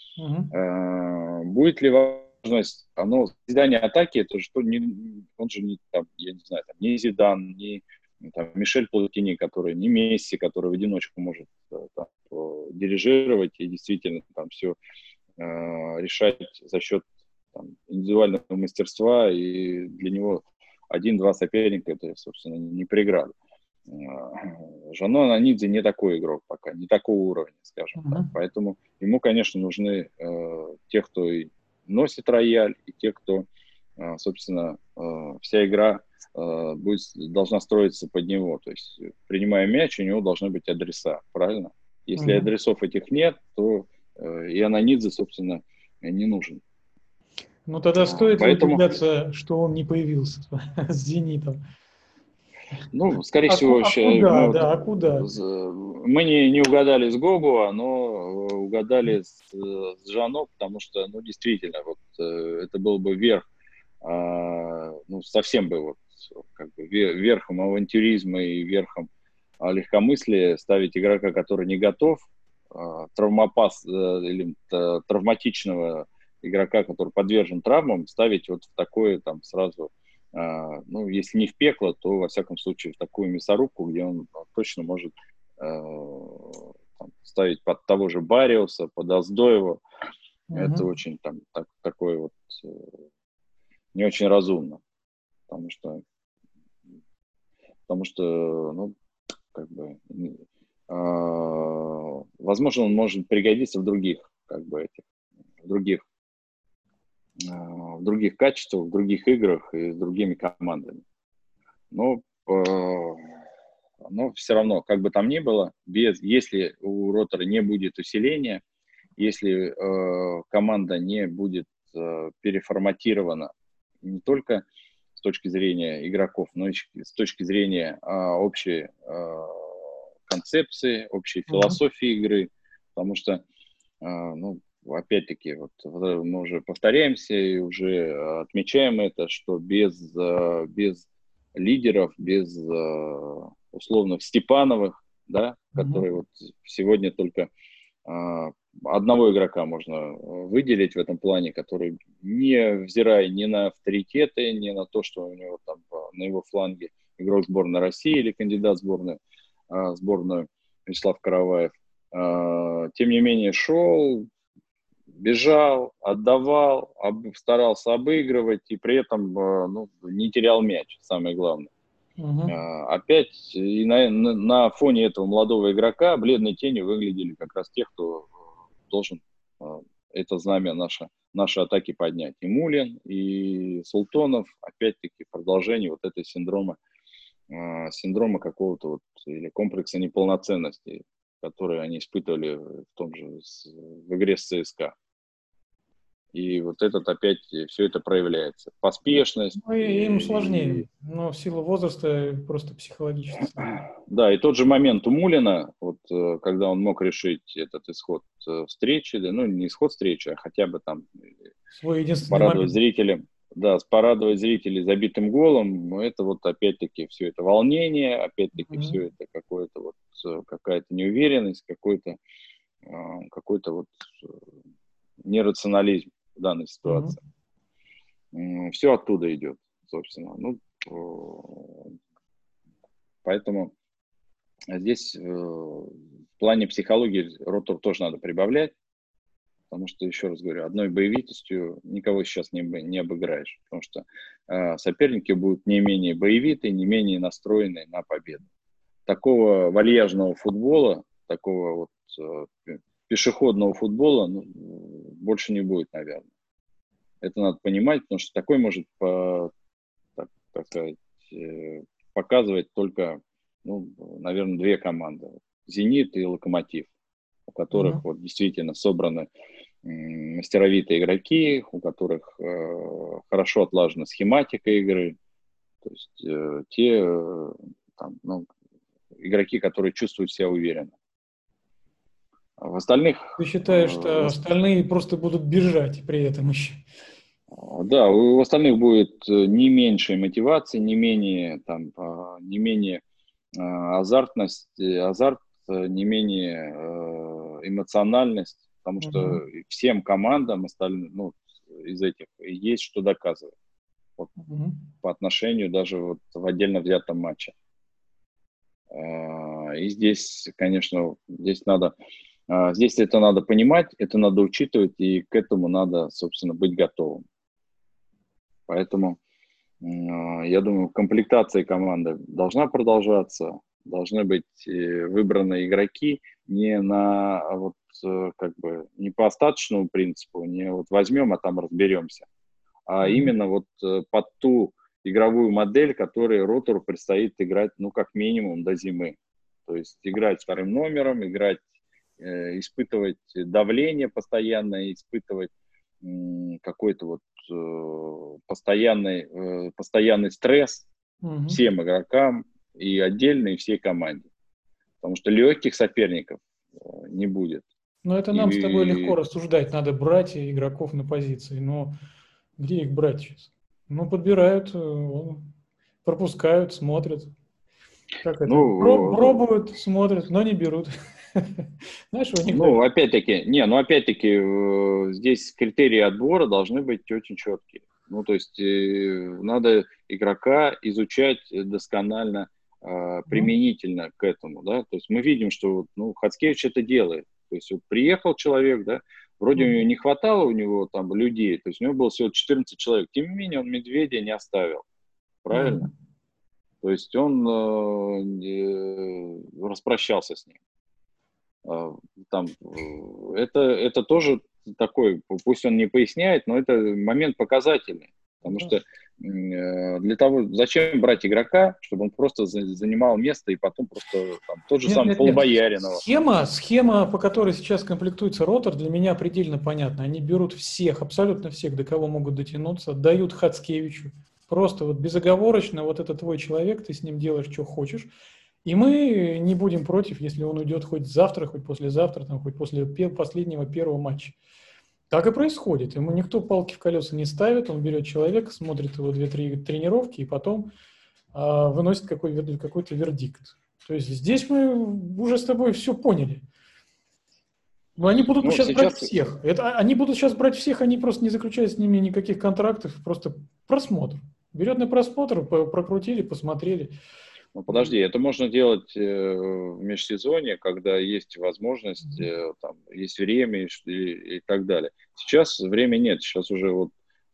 Будет ли возможность, созидание атаки, это же он же не, там, я не знаю, там, не Зидан, не там, Мишель Платини, не Месси, который в одиночку может там, дирижировать и действительно там все решать за счет там, индивидуального мастерства, и для него один-два соперника это, собственно, не преграда. Жано Ананидзе не такой игрок пока, не такого уровня, скажем так. Поэтому ему, конечно, нужны те, кто и носит рояль, и те, кто собственно, вся игра должна строиться под него. То есть, принимая мяч, у него должны быть адреса, правильно? Если адресов этих нет, то и Ананидзе, собственно, не нужен. Ну тогда стоит ли Поэтому, удивляться, что он не появился с «Зенитом»? ну, скорее всего, Куда, да, а куда? мы не угадали с Гобуа, но угадали с Жано, потому что, ну, действительно, вот это был бы верх, ну, совсем бы вот как бы верхом авантюризма и верхом легкомыслия ставить игрока, который не готов, или травматичного игрока, который подвержен травмам, ставить вот в такое там сразу, ну, если не в пекло, то, во всяком случае, в такую мясорубку, где он точно может ставить под того же Барриоса, под Оздоева. Это очень там такое вот не очень разумно, потому что, ну, как бы, возможно, он может пригодиться в других, как бы, в других качествах, в других играх и с другими командами. Но все равно, как бы там ни было, если у Ротора не будет усиления, если команда не будет переформатирована не только с точки зрения игроков, но и с точки зрения общей концепции, общей философии игры, потому что, ну, опять-таки, вот мы уже повторяемся и уже отмечаем это, что без лидеров, без условных Степановых, да, которые вот сегодня только одного игрока можно выделить в этом плане, который, не взирая ни на авторитеты, ни на то, что у него там на его фланге игрок сборной России или кандидат в сборную Вячеслав Караваев, тем не менее шел, бежал, отдавал, старался обыгрывать и при этом ну, не терял мяч, самое главное. Опять и на фоне этого молодого игрока бледной тенью выглядели как раз те, кто должен это знамя наши атаки поднять. И Мулин, и Султонов, опять-таки, продолжение вот этой синдрома какого-то вот, или комплекса неполноценности, который они испытывали в игре с ЦСКА. И вот опять все это проявляется. Поспешность. Ну, и им сложнее, но в силу возраста просто психологически. Да, и тот же момент у Мулина, вот, когда он мог решить этот исход встречи, да, ну, не исход встречи, а хотя бы там свой единственный порадовать момент. зрителям, да, порадовать зрителей забитым голом, это вот опять-таки все это волнение, опять-таки все это какая-то неуверенность, какой-то вот нерационализм в данной ситуации. Все оттуда идет, собственно. Ну, поэтому здесь в плане психологии Ротор тоже надо прибавлять, потому что, еще раз говорю, одной боевитостью никого сейчас не обыграешь, потому что соперники будут не менее боевитые, не менее настроенные на победу. Такого вальяжного футбола, такого вот пешеходного футбола больше не будет, наверное. Это надо понимать, потому что такой может, так сказать, показывать только, ну, наверное, две команды. «Зенит» и «Локомотив», у которых вот действительно собраны мастеровитые игроки, у которых хорошо отлажена схематика игры. То есть игроки, которые чувствуют себя уверенно. В остальных... Ты считаешь, что остальные просто будут бежать при этом еще? Да, у остальных будет не меньше мотивации, не менее азарт, не менее эмоциональность, потому что всем командам остальным, ну, из этих есть что доказывать вот, по отношению даже вот в отдельно взятом матче. И здесь, конечно, здесь это надо понимать, это надо учитывать, и к этому надо, собственно, быть готовым. Поэтому, я думаю, комплектация команды должна продолжаться, должны быть выбраны игроки не не по остаточному принципу, не вот возьмем, а там разберемся, а именно вот под ту игровую модель, которой Ротору предстоит играть, ну, как минимум до зимы. То есть играть вторым номером, играть, испытывать давление постоянное, испытывать какой-то вот постоянный стресс всем игрокам и отдельно, и всей команде. Потому что легких соперников не будет. Но это нам с тобой легко рассуждать. Надо брать игроков на позиции. Но где их брать сейчас? Ну, подбирают, пропускают, смотрят. Как это? Ну, Пробуют, смотрят, но не берут. Знаешь, ну, опять-таки, здесь критерии отбора должны быть очень четкие. Ну, то есть надо игрока изучать досконально, применительно к этому, да. То есть мы видим, что, ну, Хацкевич это делает. То есть вот приехал человек, да, вроде не хватало у него там людей, то есть у него было всего 14 человек, тем не менее он Медведя не оставил, правильно? То есть он распрощался с ним. Там, это тоже такой, пусть он не поясняет, но это момент показательный. Потому что для того, зачем брать игрока, чтобы он просто занимал место и потом просто там, тот же самый Полубояринова. Схема, по которой сейчас комплектуется Ротор, для меня предельно понятна. Они берут всех, абсолютно всех, до кого могут дотянуться, дают Хацкевичу. Просто вот безоговорочно, вот это твой человек, ты с ним делаешь, что хочешь. И мы не будем против, если он уйдет хоть завтра, хоть послезавтра, там, хоть после последнего первого матча. Так и происходит. Ему никто палки в колеса не ставит, он берет человека, смотрит его 2-3 тренировки и потом выносит какой-то вердикт. То есть здесь мы уже с тобой все поняли. Но они будут сейчас брать всех. Они будут сейчас брать всех, они просто не заключают с ними никаких контрактов, просто просмотр. Берет на просмотр, прокрутили, посмотрели. Ну, подожди, это можно делать в межсезонье, когда есть возможность, там, есть время и так далее. Сейчас времени нет, сейчас уже вот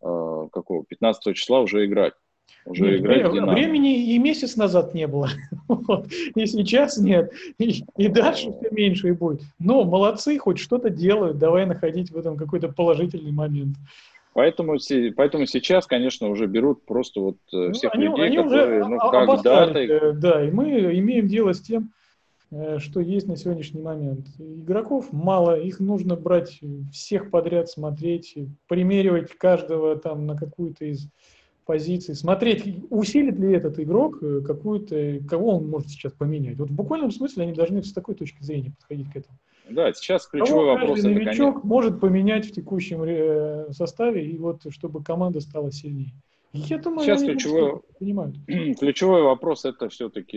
15 числа уже играть. Уже Нет, играть в «Динамо». Времени и месяц назад не было, и сейчас нет, и дальше все меньше и будет. Но молодцы, хоть что-то делают, давай находить в этом какой-то положительный момент. Поэтому сейчас, конечно, уже берут просто вот всех людей, они которые, уже когда-то... да, и мы имеем дело с тем, что есть на сегодняшний момент. Игроков мало, их нужно брать всех подряд, смотреть, примеривать каждого там на какую-то из позиций, смотреть, усилит ли этот игрок какую-то, кого он может сейчас поменять. Вот в буквальном смысле они должны с такой точки зрения подходить к этому. Да, сейчас ключевой вопрос это, новичок может поменять в текущем составе, и вот чтобы команда стала сильнее. Я думаю, сейчас они понимают. Ключевой вопрос это все-таки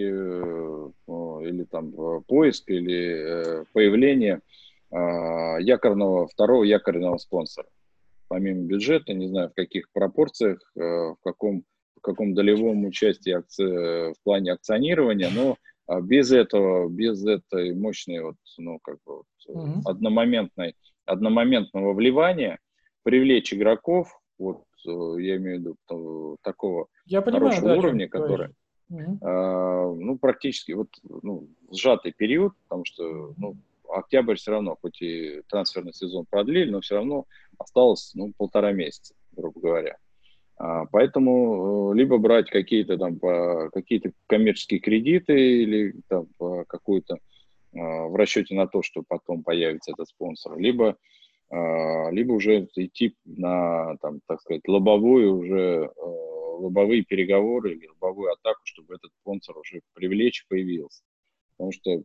или там поиск, или появление второго якорного спонсора. Помимо бюджета, не знаю в каких пропорциях, в каком долевом участии в плане акционирования, но без этой мощной одномоментного вливания привлечь игроков, я имею в виду такого хорошего уровня, который практически сжатый период, потому что октябрь все равно, хоть и трансферный сезон продлили, но все равно осталось 1,5 месяца, грубо говоря. Поэтому либо брать какие-то коммерческие кредиты или там какую-то в расчете на то, что потом появится этот спонсор, либо уже идти на, так сказать, лобовые переговоры или лобовую атаку, чтобы этот спонсор уже привлечь, появился. Потому что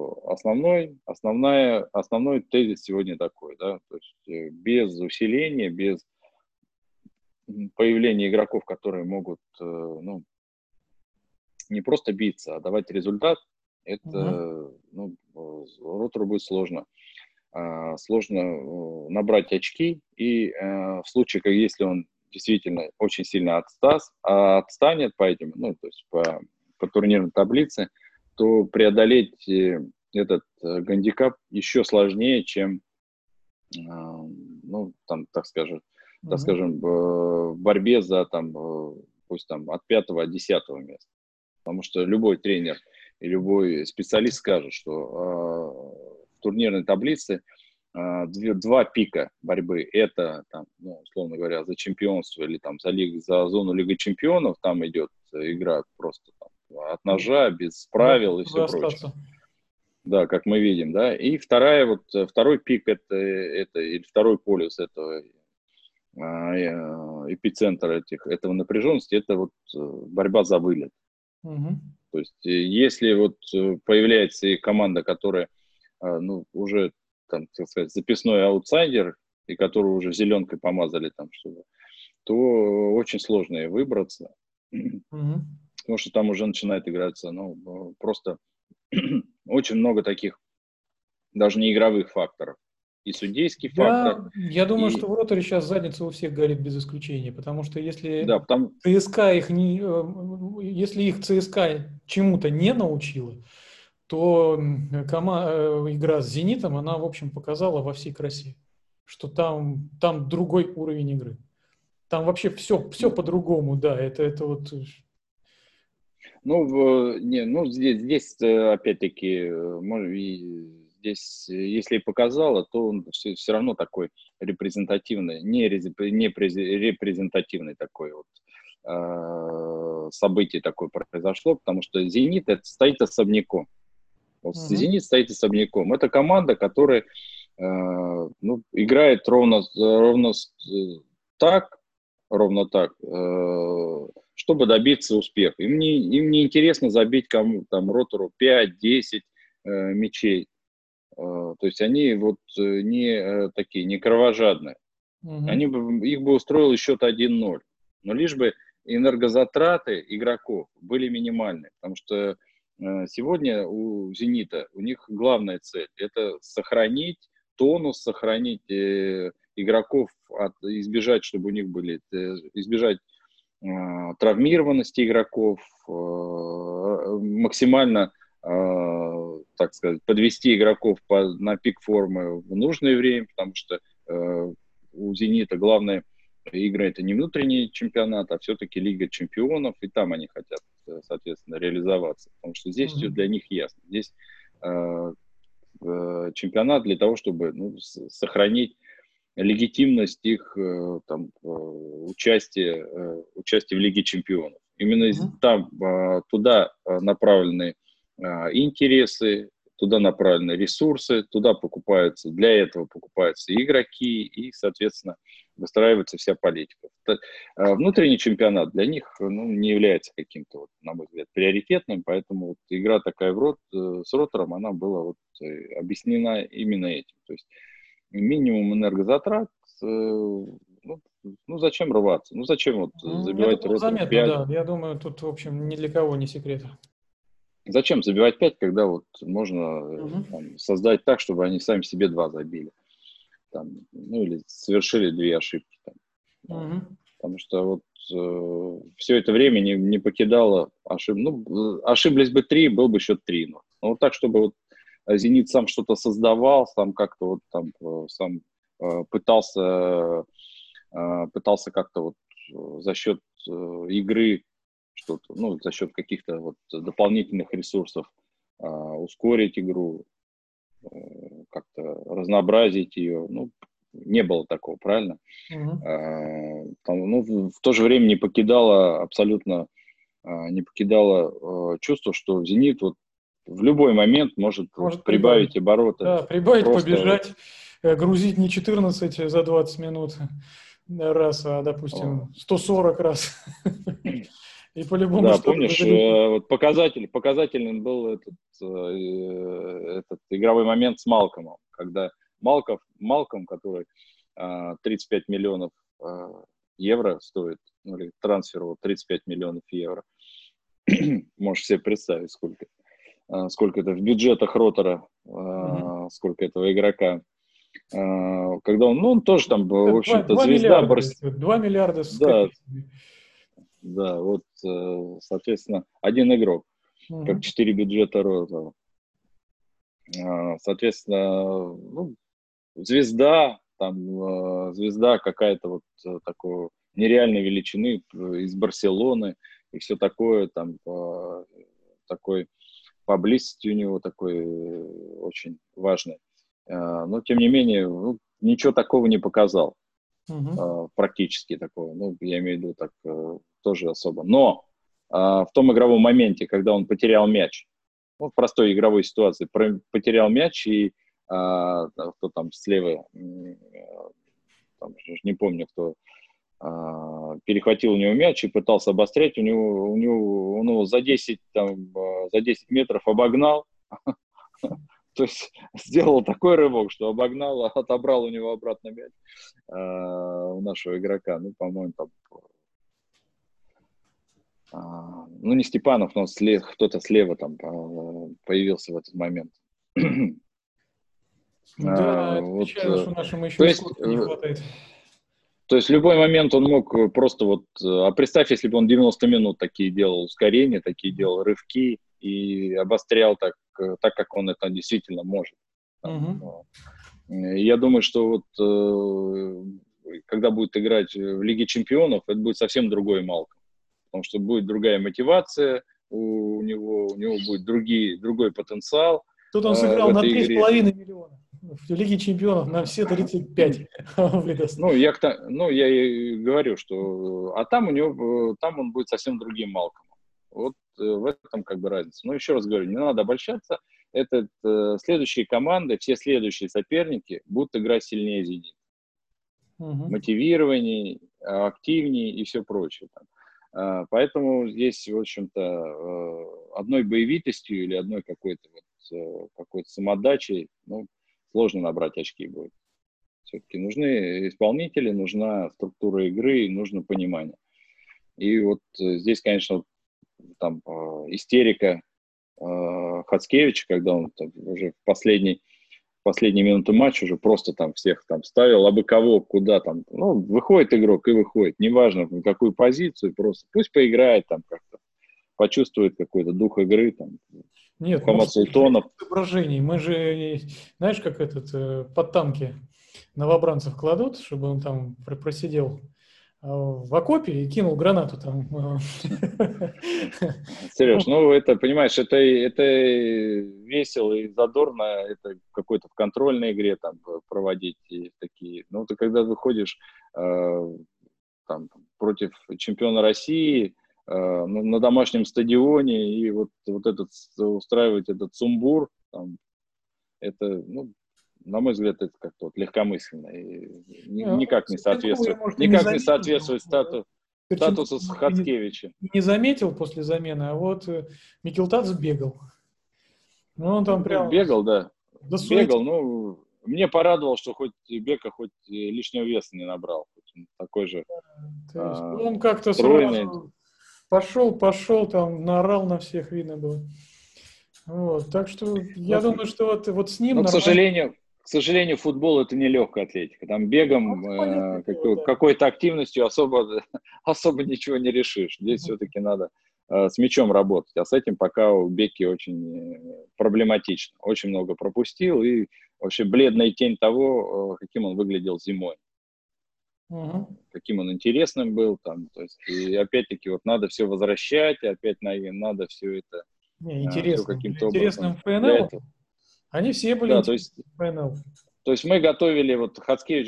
основной тезис сегодня такой, да, то есть без усиления, без появления игроков, которые могут не просто биться, а давать результат, это Ротору будет сложно. Сложно набрать очки, и в случае, если он действительно очень сильно отстанет по этим, то есть по турнирной таблице, то преодолеть этот гандикап еще сложнее, чем, так скажем, в борьбе за пусть от 5-го, от 10-го места. Потому что любой тренер, и любой специалист скажет, что в турнирной таблице два пика борьбы. Это, там, ну, условно говоря, за чемпионство или там, за зону Лиги чемпионов. Там идет игра просто там, от ножа, без За то, правил и все чтобы прочее. остаться. Да, как мы видим, да. И второй пик это или второй полюс этого эпицентр этого напряженности, это вот борьба за вылет. Угу. То есть если вот появляется и команда, которая ну, уже, там, так сказать, записной аутсайдер, и которую уже зеленкой помазали там что-то, то очень сложно ей выбраться, Угу. потому что там уже начинает играться, ну, просто очень много таких, даже не игровых факторов. И судейский фактор, Я думаю, и, что в роторе сейчас задница у всех горит без исключения, потому что да, там, ЦСКА их не, если их ЦСКА чему-то не научила, то игра с «Зенитом», она, в общем, показала во всей красе, что там другой уровень игры. Там вообще все ну, по-другому, да, это вот... ну, не, ну здесь опять-таки, здесь, если и показало, то он все равно такой репрезентативный, репрезентативный такой вот событие такое произошло, потому что «Зенит» это стоит особняком. Вот Мгм. «Зенит» стоит особняком. Это команда, которая ну, играет так, ровно так, чтобы добиться успеха. Им не интересно забить кому там ротору 5-10 мячей. То есть они вот не такие, не кровожадные. Мгм. Их бы устроил счет 1-0. Но лишь бы энергозатраты игроков были минимальны. Потому что сегодня у «Зенита», у них главная цель – это сохранить тонус, сохранить игроков, избежать, чтобы у них были, избежать травмированности игроков, максимально, так сказать, подвести игроков на пик формы в нужное время, потому что у «Зенита» главное игра – это не внутренний чемпионат, а все-таки Лига чемпионов, и там они хотят, соответственно, реализоваться, потому что здесь все Мгм. для них ясно. Здесь чемпионат для того, чтобы ну, сохранить легитимность их там, участия в Лиге чемпионов. Именно Мгм. там туда направлены интересы, туда направлены ресурсы, для этого покупаются игроки и, соответственно, выстраивается вся политика. Внутренний чемпионат для них ну, не является каким-то, вот, на мой взгляд, приоритетным, поэтому вот игра такая с ротором, она была вот, объяснена именно этим. То есть минимум энергозатрат, ну зачем рваться, ну зачем вот Это забивать было ротору заметно, 5, да. Я думаю, тут, в общем, ни для кого не секрет. зачем забивать 5, когда вот можно Мгм. там, создать так, чтобы они сами себе 2 забили, там, ну или совершили 2 ошибки. Там, Мгм. потому что вот все это время не покидало ошиблись бы 3, был бы счет 3. Но вот так, чтобы вот «Зенит» сам что-то создавал, сам как-то вот там сам пытался как-то вот за счет игры что-то, ну, за счет каких-то вот дополнительных ресурсов ускорить игру, как-то разнообразить ее. Ну, не было такого, правильно? Мгм. Ну, в то же время абсолютно не покидало чувство, что «Зенит» вот в любой момент может вот Может прибавить. прибавить обороты. Да, прибавить, Просто побежать, грузить не 14 за 20 минут раз, а, допустим, 140 раз. И по-любому да, что-то помнишь, наберут. вот показательным был этот игровой момент с Малкомом, когда Малком, который 35 миллионов евро стоит, ну, или трансфер его 35 миллионов евро, можешь себе представить, сколько это в бюджетах ротора, Мгм. сколько этого игрока. Когда он тоже там был, в Это общем-то, 2 звезда миллиарда, Барс. если 2 миллиарда с Да, копейками. да, вот, соответственно, один игрок, как Мгм. 4 бюджета ротора. Соответственно, ну, звезда какая-то вот такой нереальной величины из Барселоны и все такое, там такой паблисити у него такой очень важный. Но, тем не менее, ну, ничего такого не показал. Мгм. Практически такого. Ну, я имею в виду так тоже особо. Но в том игровом моменте, когда он потерял мяч, ну, в простой игровой ситуации, потерял мяч, и кто там слева, там, не помню, кто перехватил у него мяч и пытался обострять, он его за 10, там, за 10 метров обогнал, то есть сделал такой рывок, что обогнал, отобрал у него обратно мяч у нашего игрока. Ну, по-моему, там, ну, не Степанов, но кто-то слева там появился в этот момент. Да, это Вот, печально, что нашему еще то и есть, скорости не хватает. то есть в любой момент он мог просто вот... А представь, если бы он 90 минут такие делал ускорения, такие делал рывки и обострял так, так как он это действительно может. Там, Мгм. я думаю, что вот когда будет играть в Лиге Чемпионов, это будет совсем другой Малком. Потому что будет другая мотивация у него будет другой потенциал Тут он в сыграл на этой три с игре. половиной миллиона. В Лиге чемпионов на все 35 выдаст. Ну, я и говорю, что... А там у него, там он будет совсем другим Малкомом. Вот в этом как бы разница. Но еще раз говорю, не надо обольщаться. Следующие команды, все следующие соперники будут играть сильнее «Зенит». Мгм. Мотивированней, активнее и все прочее. Поэтому здесь, в общем-то, одной боевитостью или одной какой-то самоотдачей, ну, сложно набрать очки будет. Все-таки нужны исполнители, нужна структура игры, нужно понимание. И вот здесь, конечно, там истерика Хацкевича, когда он там, уже в последние минуты матча уже просто там всех там ставил, абы кого, куда там. Ну, выходит игрок и выходит, неважно в какую позицию, просто пусть поиграет там как-то, почувствует какой-то дух игры, там, Нет, ну Хамад слушай, для Султонов. изображений мы же, знаешь, как под танки новобранцев кладут, чтобы он там просидел в окопе и кинул гранату там. Сереж, ну это, понимаешь, это весело и задорно, это какой-то в контрольной игре там проводить и такие. Ну, ты когда выходишь там, против чемпиона России на домашнем стадионе и вот устраивать этот сумбур, там, это, ну, на мой взгляд, это как-то вот легкомысленно и Светлячкову, может, и не никак не заметил, соответствует Перченков, статусу может, и Хацкевича. не заметил после замены, а вот Микелтадзе бегал. Ну, он там Ну, прям бегал, да. Бегал, засуетил. ну, мне порадовало, что хоть Бека хоть лишнего веса не набрал. Хоть он такой же То есть он как-то стройный. сразу пошел, там, наорал на всех, видно было. Вот, так что я Ну, думаю, что вот с ним но, нормально. к сожалению, футбол это не легкая атлетика. Там Ну, бегом, это понятное дело, да. какой-то активностью особо ничего не решишь. Здесь Мгм. все-таки надо с мячом работать. А с этим пока у Бекки очень проблематично. Очень много пропустил и вообще бледная тень того, каким он выглядел зимой. Мгм. Каким он интересным был. Там, то есть, и опять-таки вот надо все возвращать, опять надо все это, Не, все интересным. Для каким-то образом интересным для ФНЛ, этого. они все были Да, интересны ФНЛ. то есть мы готовили, вот Хацкевич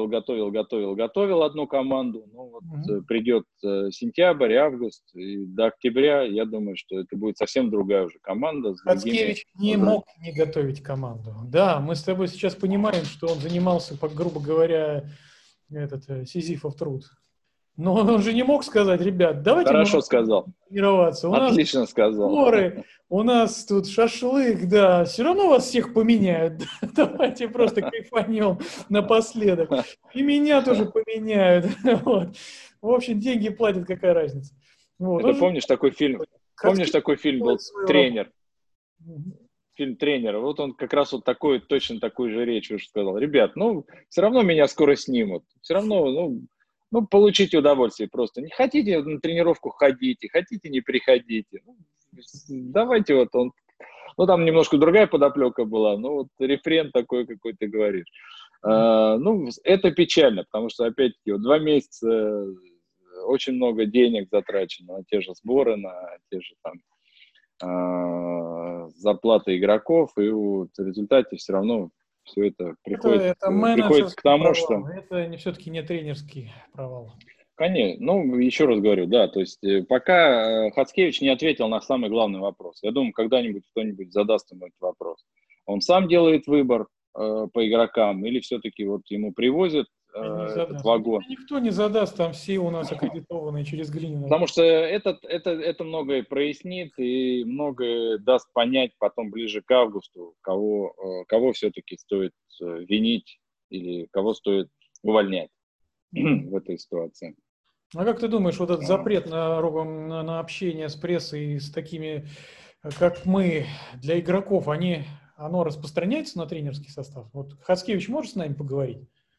готовил одну команду, ну вот Мгм. придет сентябрь, август, и до октября, я думаю, что это будет совсем другая уже команда с другими... Хацкевич не мог не готовить команду. Да, мы с тобой сейчас понимаем, что он занимался, грубо говоря, Сизифов труд. Но он же не мог сказать: ребят, давайте мы Хорошо сказал, тренироваться. У нас отлично сказал. горы, у нас тут шашлык, да, все равно вас всех поменяют. Давайте просто кайфанем напоследок. И меня тоже поменяют. Вот. В общем, деньги платят, какая разница. Вот. Это Он же помнишь Хацкевич такой фильм делает был свою работу. «Тренер», фильм «Тренер», вот он как раз вот точно такую же речь уже сказал. Ребят, ну, все равно меня скоро снимут, все равно, ну, получите удовольствие просто. Не хотите на тренировку ходите, хотите не приходите. Ну, давайте вот он, ну, там немножко другая подоплека была, но вот рефрен такой, какой ты говоришь. Ну, это печально, потому что, опять-таки, вот 2 месяца очень много денег затрачено на те же сборы, на те же там зарплаты игроков, и вот в результате все равно все это Это приходит к менеджерский тому, что... провал, это все-таки не тренерский провал. Конечно, ну, еще раз говорю, да, то есть пока Хацкевич не ответил на самый главный вопрос. Я думаю, когда-нибудь кто-нибудь задаст ему этот вопрос. Он сам делает выбор по игрокам или все-таки вот ему привозят Не этот задаст. вагон? Никто не задаст, там все у нас аккредитованные через Глинина. Потому что это многое прояснит и многое даст понять потом ближе к августу, кого все-таки стоит винить или кого стоит увольнять в этой ситуации. А как ты думаешь, вот этот запрет на общение с прессой, с такими, как мы, для игроков, оно распространяется на тренерский состав? Вот Хацкевич может с нами поговорить?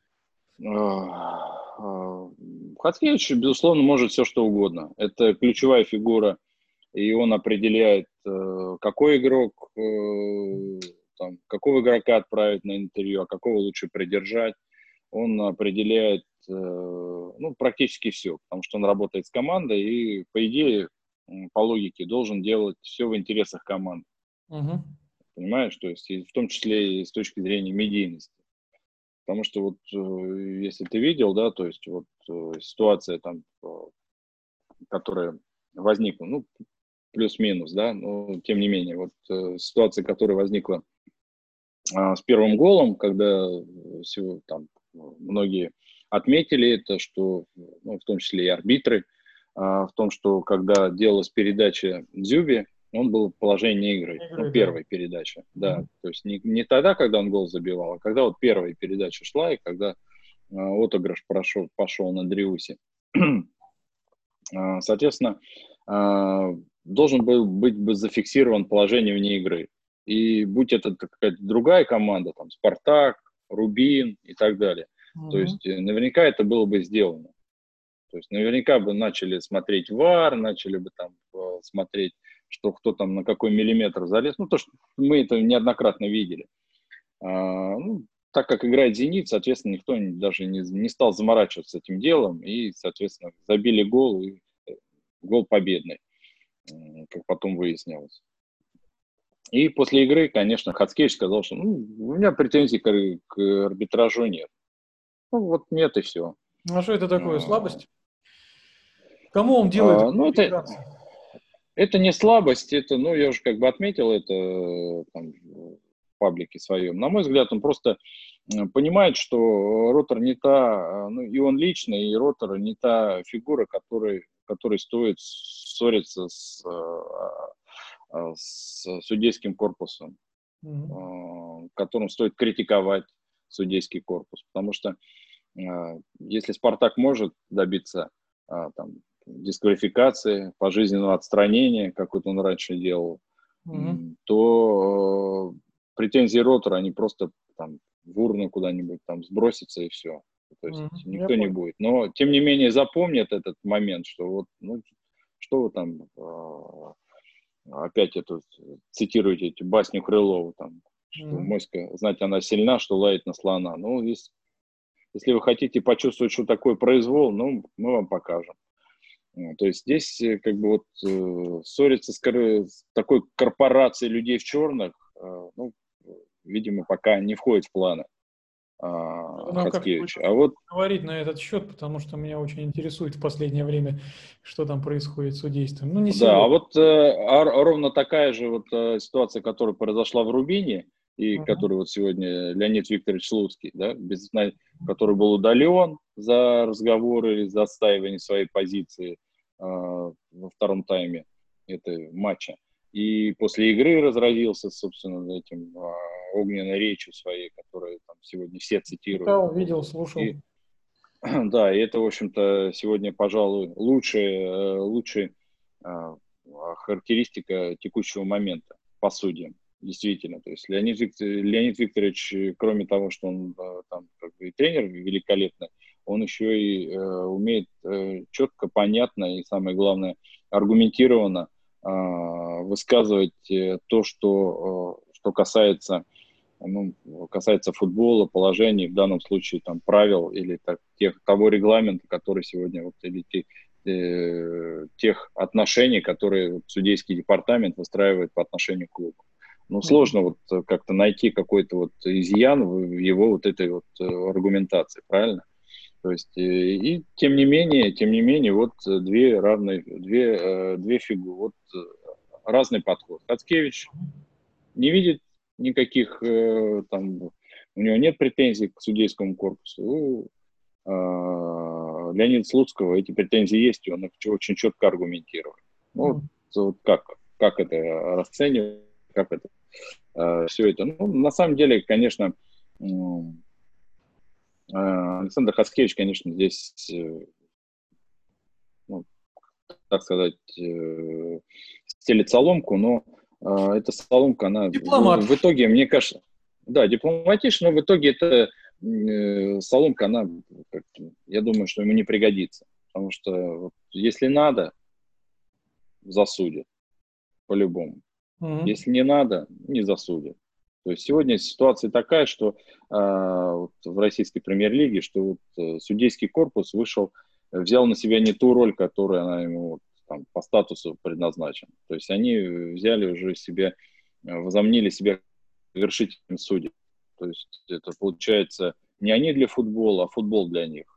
Хацкевич, безусловно, может все, что угодно. Это ключевая фигура, и он определяет, какой игрок, там, какого игрока отправить на интервью, а какого лучше придержать. Он определяет ну, практически все, потому что он работает с командой и, по идее, по логике, должен делать все в интересах команды. Угу. Понимаешь? То есть, и в том числе и с точки зрения медийности. Потому что вот, если ты видел, да, то есть вот ситуация там, которая возникла, ну, плюс-минус, да, но тем не менее, вот ситуация, которая возникла с первым голом, когда там многие отметили это, что, ну, в том числе и арбитры, в том, что когда делалась передача Дзюби, он был в положении игры, ну, Да. первая передача, да, то есть не тогда, когда он гол забивал, а когда вот первая передача шла, и когда отыгрыш пошел на Дриусе. Соответственно, должен был быть бы зафиксирован положение вне игры. И будь это какая-то другая команда, там, Спартак, Рубин и так далее, то есть наверняка это было бы сделано. То есть наверняка бы начали смотреть ВАР, начали бы там смотреть, что кто там на какой миллиметр залез. Ну, то, что мы это неоднократно видели. Ну, так как играет «Зенит», соответственно, никто даже не стал заморачиваться этим делом. И, соответственно, забили гол, и гол победный, как потом выяснилось. И после игры, конечно, Хацкевич сказал, что ну, у меня претензий к арбитражу нет. Ну, вот нет и все. Ну, а что это такое? Слабость? Кому он делает Ну, рекомендации? это не слабость, это, ну, я уже как бы отметил это там, в паблике своем. На мой взгляд, он просто понимает, что Ротор не та, ну, и он лично, и Ротор не та фигура, которой стоит ссориться с судейским корпусом, которым стоит критиковать судейский корпус. Потому что если Спартак может добиться там, дисквалификации, пожизненного отстранения, как вот он раньше делал, то претензии Ротора, они просто там в урну куда-нибудь там сбросятся и все. То есть никто не будет. Но, тем не менее, запомнят этот момент, что вот, ну, что вы там опять эту цитируете эти басню Крылова, там, что моська, знать, она сильна, что лает на слона. Ну, если вы хотите почувствовать, что такое произвол, ну, мы вам покажем. То есть здесь как бы вот ссориться с такой корпорацией людей в черных, ну, видимо, пока не входит в планы Хацкевича. А вот говорить на этот счет, потому что меня очень интересует в последнее время, что там происходит с судейством. Ну, не да, сегодня. а вот ровно такая же вот ситуация, которая произошла в Рубине, и который вот сегодня Леонид Викторович Слуцкий, да, который был удален за разговоры, за отстаивание своей позиции во втором тайме этой матча. И после игры разразился, собственно, этим огненной речью своей, которую там сегодня все цитируют. Читал, видел, слушал. Да, и это, в общем-то, сегодня, пожалуй, лучшая характеристика текущего момента по судьям. Действительно, то есть Леонид Викторович, кроме того, что он там как бы и тренер великолепный, он еще и умеет четко, понятно и, самое главное, аргументированно высказывать то, что касается футбола, положений, в данном случае там правил или того регламента, который сегодня, вот, или тех отношений, которые судейский департамент выстраивает по отношению к клубу. Ну, сложно вот как-то найти какой-то вот изъян в его вот этой вот аргументации, правильно? То есть, и тем не менее, вот две фигуры, вот разный подход. Хацкевич не видит никаких там, у него нет претензий к судейскому корпусу. Леонида Слуцкого эти претензии есть, и он их очень четко аргументирует. Ну, вот как это расценивать, как это все это. Ну, на самом деле, конечно, Александр Хацкевич, конечно, здесь, ну, так сказать, стелит соломку, но эта соломка, она Дипломат. в итоге, мне кажется, да, дипломатично, но в итоге эта соломка, она, я думаю, что ему не пригодится. Потому что вот, если надо, засудят по-любому. Если не надо, не засудят. То есть сегодня ситуация такая, что вот в российской премьер-лиге, что вот, судейский корпус взял на себя не ту роль, которую она ему вот, там, по статусу предназначена. То есть они взяли уже себе, возомнили себя вершителем судей. То есть это получается не они для футбола, а футбол для них.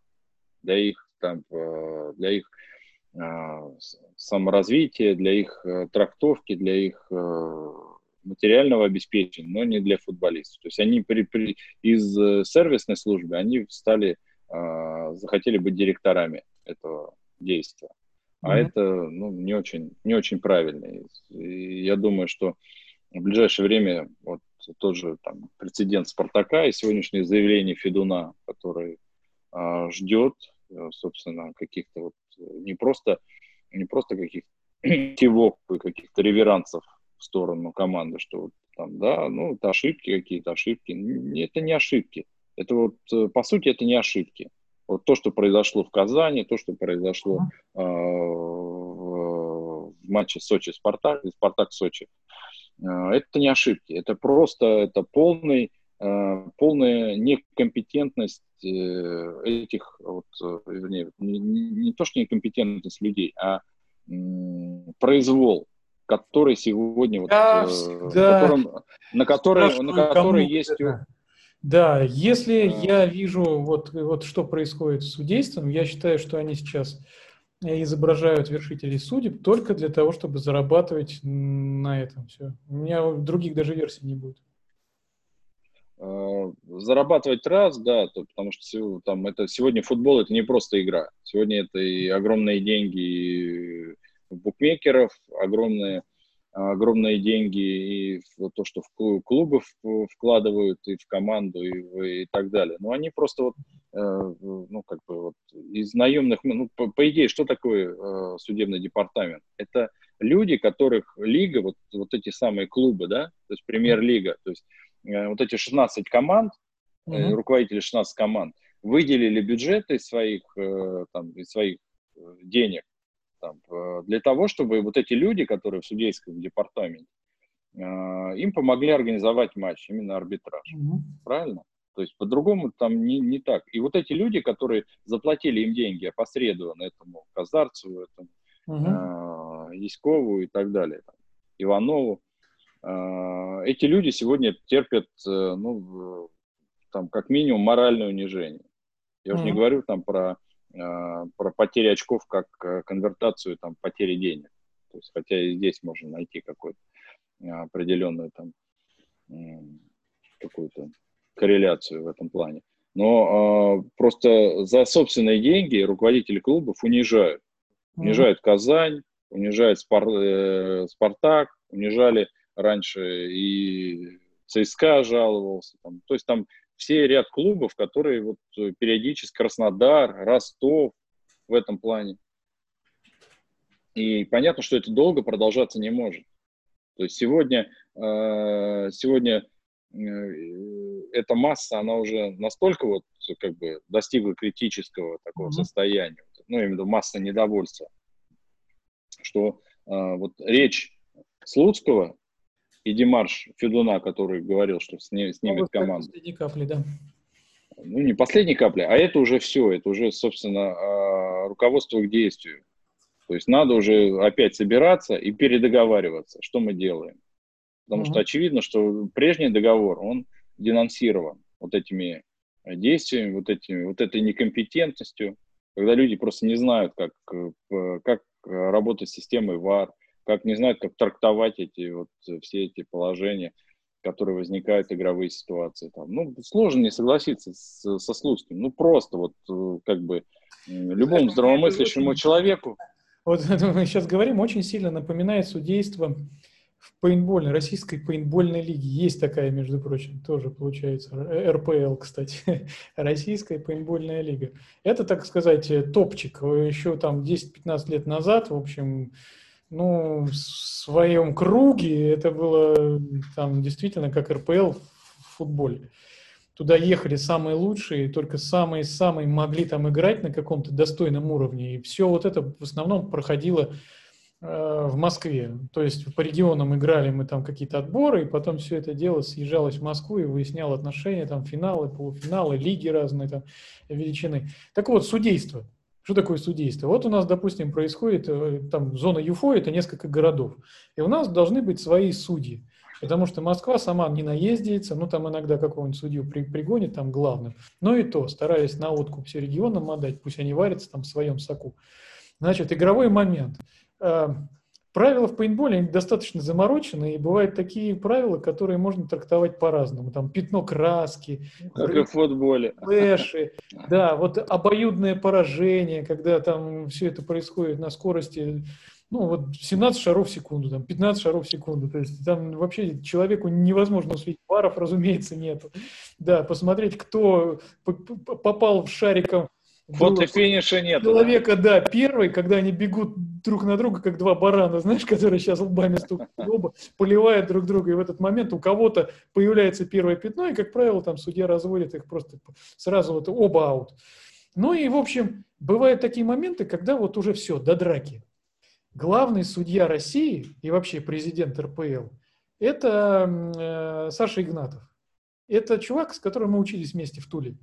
Для их саморазвития, для их трактовки, для их материального обеспечения, но не для футболистов. То есть они из сервисной службы они захотели быть директорами этого действия. А это ну, не очень правильно. И я думаю, что в ближайшее время вот тоже там прецедент Спартака и сегодняшнее заявление Федуна, который ждет, собственно, каких-то вот не просто каких-то кивок и каких-то реверансов в сторону команды, что вот там, да, ну, это ошибки какие-то, ошибки. Это не ошибки. Это вот, по сути, это не ошибки. Вот то, что произошло в Казани, то, что произошло в матче Сочи-Спартак, Спартак-Сочи, это не ошибки. Это просто, это полная некомпетентность этих, вот, вернее, не то, что некомпетентность людей, а произвол, который сегодня, вот, Я всегда на спрашиваю, который кому есть... это. Да, если я вижу, вот что происходит с судейством, я считаю, что они сейчас изображают вершителей судеб только для того, чтобы зарабатывать на этом все. У меня других даже версий не будет. Зарабатывать потому что сегодня футбол это не просто игра. Сегодня это и огромные деньги и букмекеров, огромные деньги и в то, что в клубы вкладывают, и в команду, и так далее. Но они просто вот, ну, как бы вот из наемных, ну, по идее, что такое судебный департамент? Это люди, которых лига, вот эти самые клубы, да, то есть премьер-лига, то есть вот эти 16 команд, руководители 16 команд, выделили бюджеты из своих денег там, для того, чтобы вот эти люди, которые в судейском департаменте, им помогли организовать матч, именно арбитраж. Правильно? То есть по-другому там не так. И вот эти люди, которые заплатили им деньги опосредованно этому Казарцеву, этому Яськову и так далее, там, Иванову, эти люди сегодня терпят, ну, там, как минимум, моральное унижение. Я уже не говорю там про потери очков как конвертацию там, потери денег. То есть, хотя и здесь можно найти какую-то определенную там какую-то корреляцию в этом плане. Но просто за собственные деньги руководители клубов унижают. Унижают Казань, унижают Спартак, унижали раньше и ЦСКА жаловался. Там. То есть там все ряд клубов, которые вот периодически, Краснодар, Ростов в этом плане. И понятно, что это долго продолжаться не может. То есть сегодня эта масса, она уже настолько вот как бы достигла критического такого состояния, ну, именно масса недовольства, что вот речь Слуцкого и демарш Федуна, который говорил, что снимет команду. Последней капли, да. Ну, не последней капли, а это уже все, это уже, собственно, руководство к действию. То есть надо уже опять собираться и передоговариваться, что мы делаем. Потому что очевидно, что прежний договор, он денонсирован вот этими действиями, вот этой некомпетентностью, когда люди просто не знают, как работать с системой ВАР, как не знают, как трактовать все эти положения, которые возникают, игровые ситуации. Там. Ну, сложно не согласиться со Слуцким. Ну, просто любому здравомыслящему человеку. Вот мы сейчас говорим, очень сильно напоминает судейство в пейнтбольной, российской пейнтбольной лиге. Есть такая, между прочим, тоже получается, РПЛ, кстати, Российская пейнтбольная лига. Это, так сказать, топчик. Еще там 10-15 лет назад, в общем, ну, в своем круге это было там действительно как РПЛ в футболе. Туда ехали самые лучшие, только самые-самые могли там играть на каком-то достойном уровне. И все вот это в основном проходило в Москве. То есть по регионам играли мы там какие-то отборы, и потом все это дело съезжалось в Москву и выясняло отношения, там финалы, полуфиналы, лиги разные там величины. Так вот, судейство. Что такое судейство? Вот у нас, допустим, происходит там зона ЮФО, это несколько городов. И у нас должны быть свои судьи. Потому что Москва сама не наездится, ну там иногда какого-нибудь судью пригонит там главным, но и то, стараясь на откуп все регионам отдать, пусть они варятся там в своем соку. Значит, игровой момент. Правила в пейнтболе они достаточно заморочены, и бывают такие правила, которые можно трактовать по-разному. Там пятно краски, как и в футболе. флеши, да, вот обоюдное поражение, когда там все это происходит на скорости, ну, вот 17 шаров в секунду, там, 15 шаров в секунду. То есть там вообще человеку невозможно уследить. Варов, разумеется, нету. Да, посмотреть, кто попал в шариком. Фото-финиша нет. Человека, да, первый, когда они бегут друг на друга, как два барана, знаешь, которые сейчас лбами стукают, оба поливают друг друга, и в этот момент у кого-то появляется первое пятно, и, как правило, там судья разводит их просто сразу вот оба аут. Ну и, в общем, бывают такие моменты, когда вот уже все, до драки. Главный судья России и вообще президент РПЛ – это Саша Игнатов. Это чувак, с которым мы учились вместе в Туле.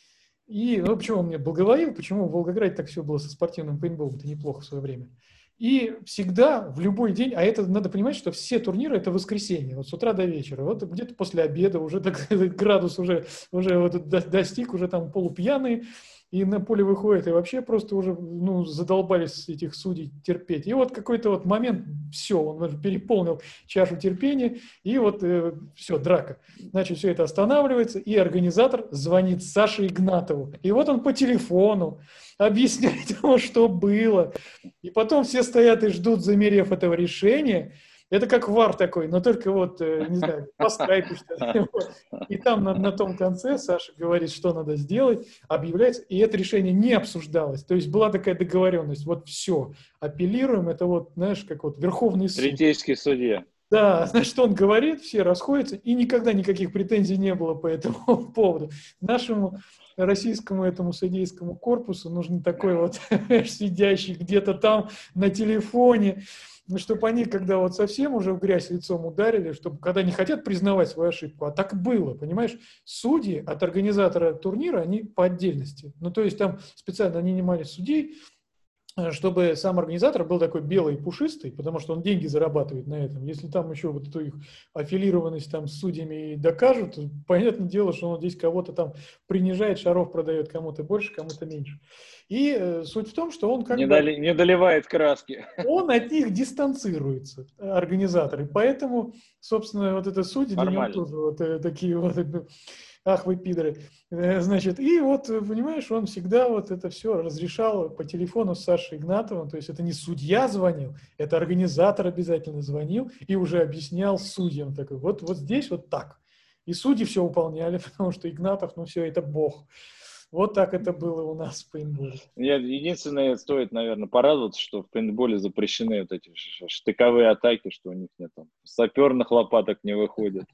И, ну, почему он мне благоволил, почему в Волгограде так все было со спортивным пейнтболом, это неплохо в свое время. И всегда, в любой день, а это надо понимать, что все турниры – это воскресенье, вот с утра до вечера. Вот где-то после обеда уже так, градус уже вот достиг, уже там полупьяные, и на поле выходит, и вообще просто уже задолбались этих судей терпеть. И вот какой-то вот момент, все, он уже переполнил чашу терпения, и вот все, драка. Значит, все это останавливается, и организатор звонит Саше Игнатову. И вот он по телефону объясняет ему, что было. И потом все стоят и ждут, замерев этого решения. Это как ВАР такой, но только вот, не знаю, по скайпу, что ли. И там на том конце Саша говорит, что надо сделать, объявляется, и это решение не обсуждалось. То есть была такая договоренность, вот все, апеллируем, это вот, знаешь, как вот Верховный суд. Третейский судья. Да, значит, он говорит, все расходятся, и никогда никаких претензий не было по этому поводу. Нашему российскому этому судейскому корпусу нужен такой вот сидящий где-то там на телефоне, чтобы они, когда вот совсем уже в грязь лицом ударили, чтобы когда не хотят признавать свою ошибку, а так было, понимаешь, судьи от организатора турнира, они по отдельности. Ну, то есть там специально нанимали судей, чтобы сам организатор был такой белый и пушистый, потому что он деньги зарабатывает на этом. Если там еще вот эту их аффилированность там с судьями докажут, то понятное дело, что он здесь кого-то там принижает, шаров продает кому-то больше, кому-то меньше. И суть в том, что он как бы... Не доливает краски. Он от них дистанцируется, организатор. И поэтому, собственно, вот это судьи для него тоже вот такие вот... Ах, вы пидоры. Значит, и вот, понимаешь, он всегда вот это все разрешал по телефону с Сашей Игнатовым, то есть это не судья звонил, это организатор обязательно звонил и уже объяснял судьям, такой, вот здесь вот так. И судьи все выполняли, потому что Игнатов, ну все, это бог. Вот так это было у нас в пейнтболе. Единственное, стоит, наверное, порадоваться, что в пейнтболе запрещены вот эти штыковые атаки, что у них нет там саперных лопаток не выходит.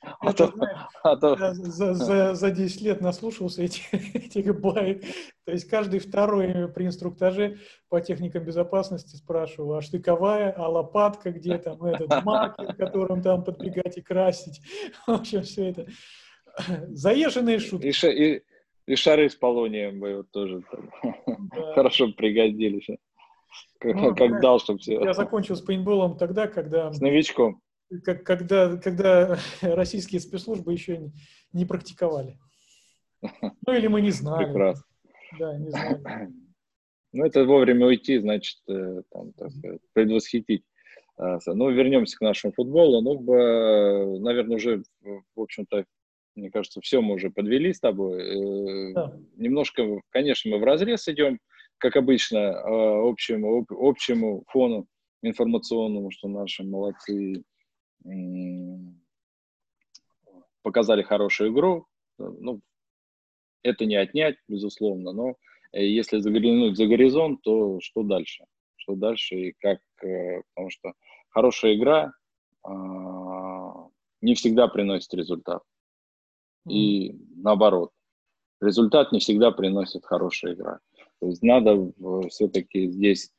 За 10 лет наслушался этих баек. То есть каждый второй при инструктаже по техникам безопасности спрашивал, а штыковая, а лопатка где там, этот маркер, которым там подбегать и красить. В общем, все это заезженные шутки. И шары с полонием бы тоже хорошо пригодились. Как дал, чтобы все. Я закончил с пейнтболом тогда, когда... С новичком. когда российские спецслужбы еще не практиковали. Ну, или мы не знали. Прекрасно. Да, не знали. Ну, это вовремя уйти, значит, там, так сказать, предвосхитить. Ну, вернемся к нашему футболу. Ну, наверное, уже, в общем-то, мне кажется, все мы уже подвели с тобой. Да. Немножко, конечно, мы вразрез идем, как обычно, общему фону информационному, что наши молодцы показали хорошую игру. Ну, это не отнять, безусловно, но если заглянуть за горизонт, то что дальше? Что дальше и как? Потому что хорошая игра не всегда приносит результат. И наоборот, результат не всегда приносит хорошая игра. То есть надо все-таки здесь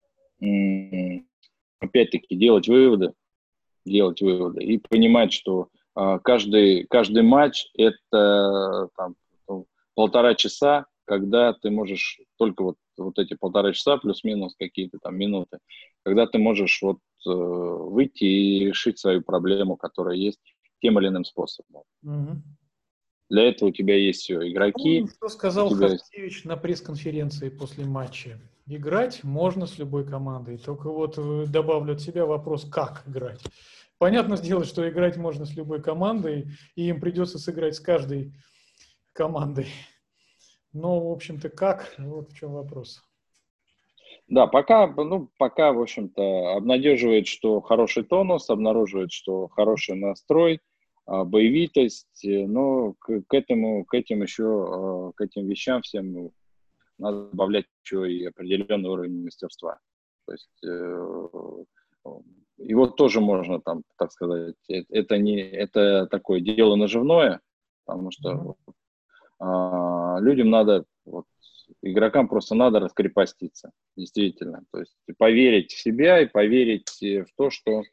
опять-таки делать выводы и понимать, что каждый матч это там, полтора часа, когда ты можешь только вот эти полтора часа плюс-минус какие-то там минуты, когда ты можешь выйти и решить свою проблему, которая есть тем или иным способом. Угу. Для этого у тебя есть все игроки. Что сказал Хаскевич на пресс-конференции после матча? Играть можно с любой командой, только добавлю от себя вопрос, как играть. Понятно сделать, что играть можно с любой командой, и им придется сыграть с каждой командой. Но, в общем-то, как? Вот в чем вопрос. Да, пока, в общем-то, обнадеживает, что хороший тонус, обнаруживает, что хороший настрой, боевитость, но к этим вещам всем надо добавлять еще и определенный уровень мастерства. То есть его тоже можно там, так сказать, это такое дело наживное, потому что людям надо, игрокам просто надо раскрепоститься, действительно. То есть поверить в себя и поверить в то,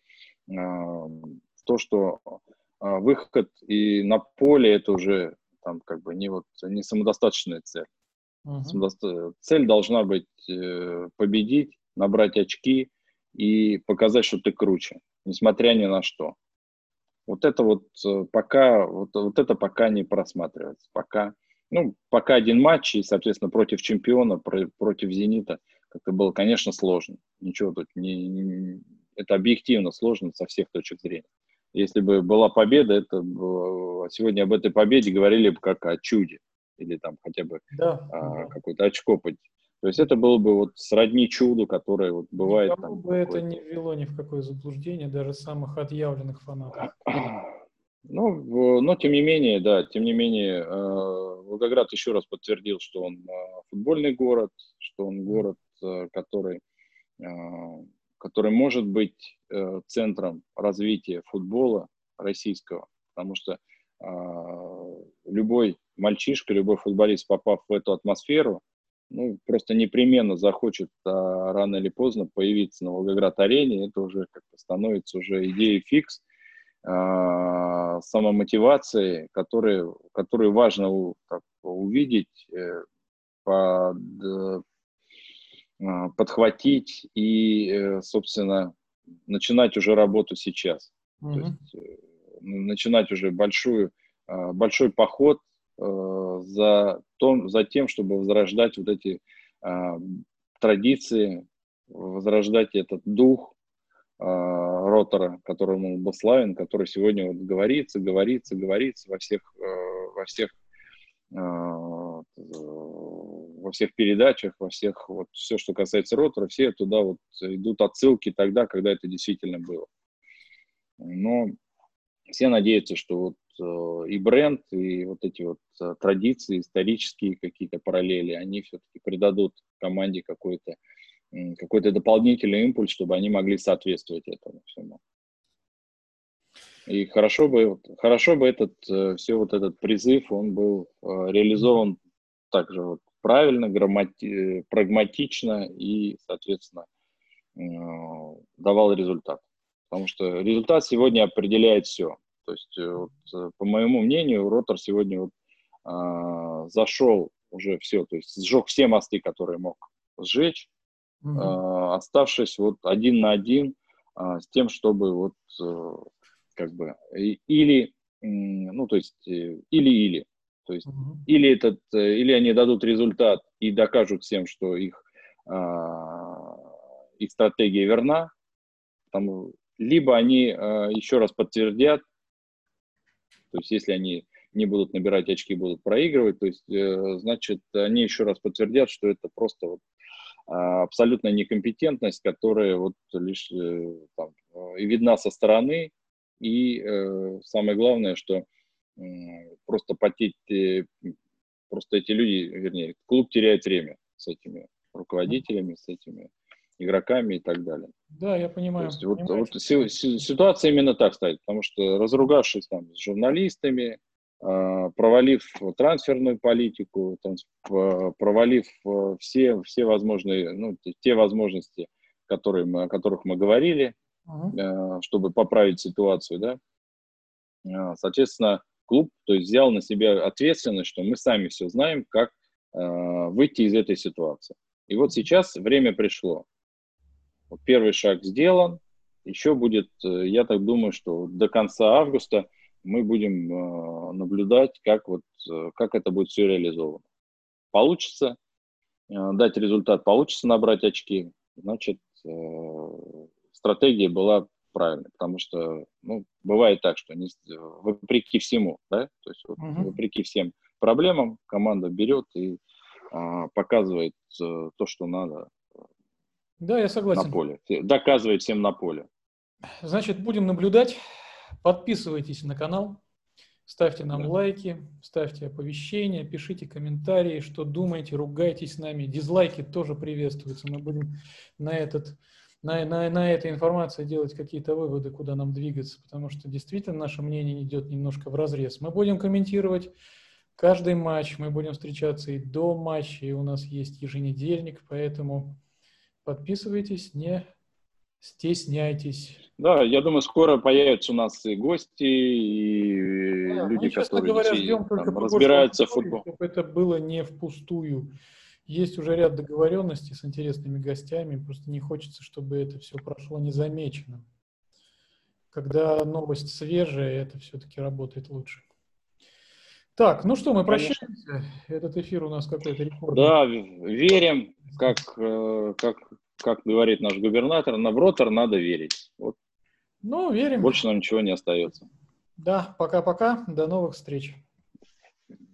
что выход и на поле это уже там как бы не самодостаточная цель. Цель должна быть победить, набрать очки и показать, что ты круче, несмотря ни на что. Вот это пока не просматривается. Пока один матч, и, соответственно, против чемпиона, против «Зенита», как-то было, конечно, сложно. Ничего тут это объективно сложно со всех точек зрения. Если бы была победа, сегодня об этой победе говорили бы как о чуде. Или там хотя бы какое-то очко. То есть это было бы сродни чуду, которое бывает. Никому бы это не ввело ни в какое заблуждение, даже самых отъявленных фанатов. Но тем не менее, Волгоград еще раз подтвердил, что он футбольный город, что он город, который может быть центром развития футбола российского, потому что любой мальчишка, любой футболист, попав в эту атмосферу, просто непременно захочет рано или поздно появиться на Волгоград-арене. Это уже как-то становится уже идеей фикс, самомотивации, которую важно увидеть, подхватить и, собственно, начинать уже работу сейчас. То есть, начинать уже большой поход за тем, чтобы возрождать вот эти традиции, возрождать этот дух Ротора, которому он был славен, который сегодня говорится во всех передачах, все, что касается Ротора, все туда идут отсылки тогда, когда это действительно было. Но все надеются, что и бренд, и эти традиции, исторические какие-то параллели, они все-таки придадут команде какой-то дополнительный импульс, чтобы они могли соответствовать этому всему. И хорошо бы этот призыв, он был реализован также правильно, прагматично и, соответственно, давал результат. Потому что результат сегодня определяет все. То есть, по моему мнению, Ротор сегодня зашел уже все, то есть сжег все мосты, которые мог сжечь, оставшись 1 на 1 с тем, чтобы вот как бы или, ну, то есть, или-или. То есть, или они дадут результат и докажут всем, что их стратегия верна, либо они еще раз подтвердят, то есть если они не будут набирать очки, будут проигрывать, то есть, значит, они еще раз подтвердят, что это просто вот абсолютная некомпетентность, которая вот лишь там, и видна со стороны, и самое главное, что просто потеть, просто эти люди, вернее, клуб теряет время с этими руководителями, с этими игроками и так далее. Да, я То понимаю. есть вот ситуация именно так стоит, потому что разругавшись там с журналистами, провалив трансферную политику, провалив все возможные, ну, те возможности, о которых мы говорили, чтобы поправить ситуацию, да, соответственно, клуб, то есть, взял на себя ответственность, что мы сами все знаем, как выйти из этой ситуации. И вот сейчас время пришло. Вот первый шаг сделан, еще будет, я так думаю, что до конца августа мы будем наблюдать, как это будет все реализовано. Получится дать результат, получится набрать очки, значит, стратегия была правильной, потому что, ну, бывает так, что вопреки всему, да, то есть вопреки всем проблемам команда берет и показывает то, что надо. Да, я согласен. На поле. Доказывает всем на поле. Значит, будем наблюдать. Подписывайтесь на канал, ставьте нам лайки, ставьте оповещения, пишите комментарии, что думаете, ругайтесь с нами. Дизлайки тоже приветствуются. Мы будем на этой информации делать какие-то выводы, куда нам двигаться, потому что действительно наше мнение идет немножко вразрез. Мы будем комментировать каждый матч, мы будем встречаться и до матча, и у нас есть еженедельник, поэтому подписывайтесь, не стесняйтесь. Да, я думаю, скоро появятся у нас и гости, и люди, Мы, честно которые говоря, ждем только разбираются в футболе. чтобы это было не впустую. Есть уже ряд договоренностей с интересными гостями, просто не хочется, чтобы это все прошло незамеченным. Когда новость свежая, это все-таки работает лучше. Так, ну что, мы прощаемся. Этот эфир у нас какой-то рекордный. Да, верим, как говорит наш губернатор, на Бротер надо верить. Вот. Ну, верим. Больше нам ничего не остается. Да, пока-пока, до новых встреч.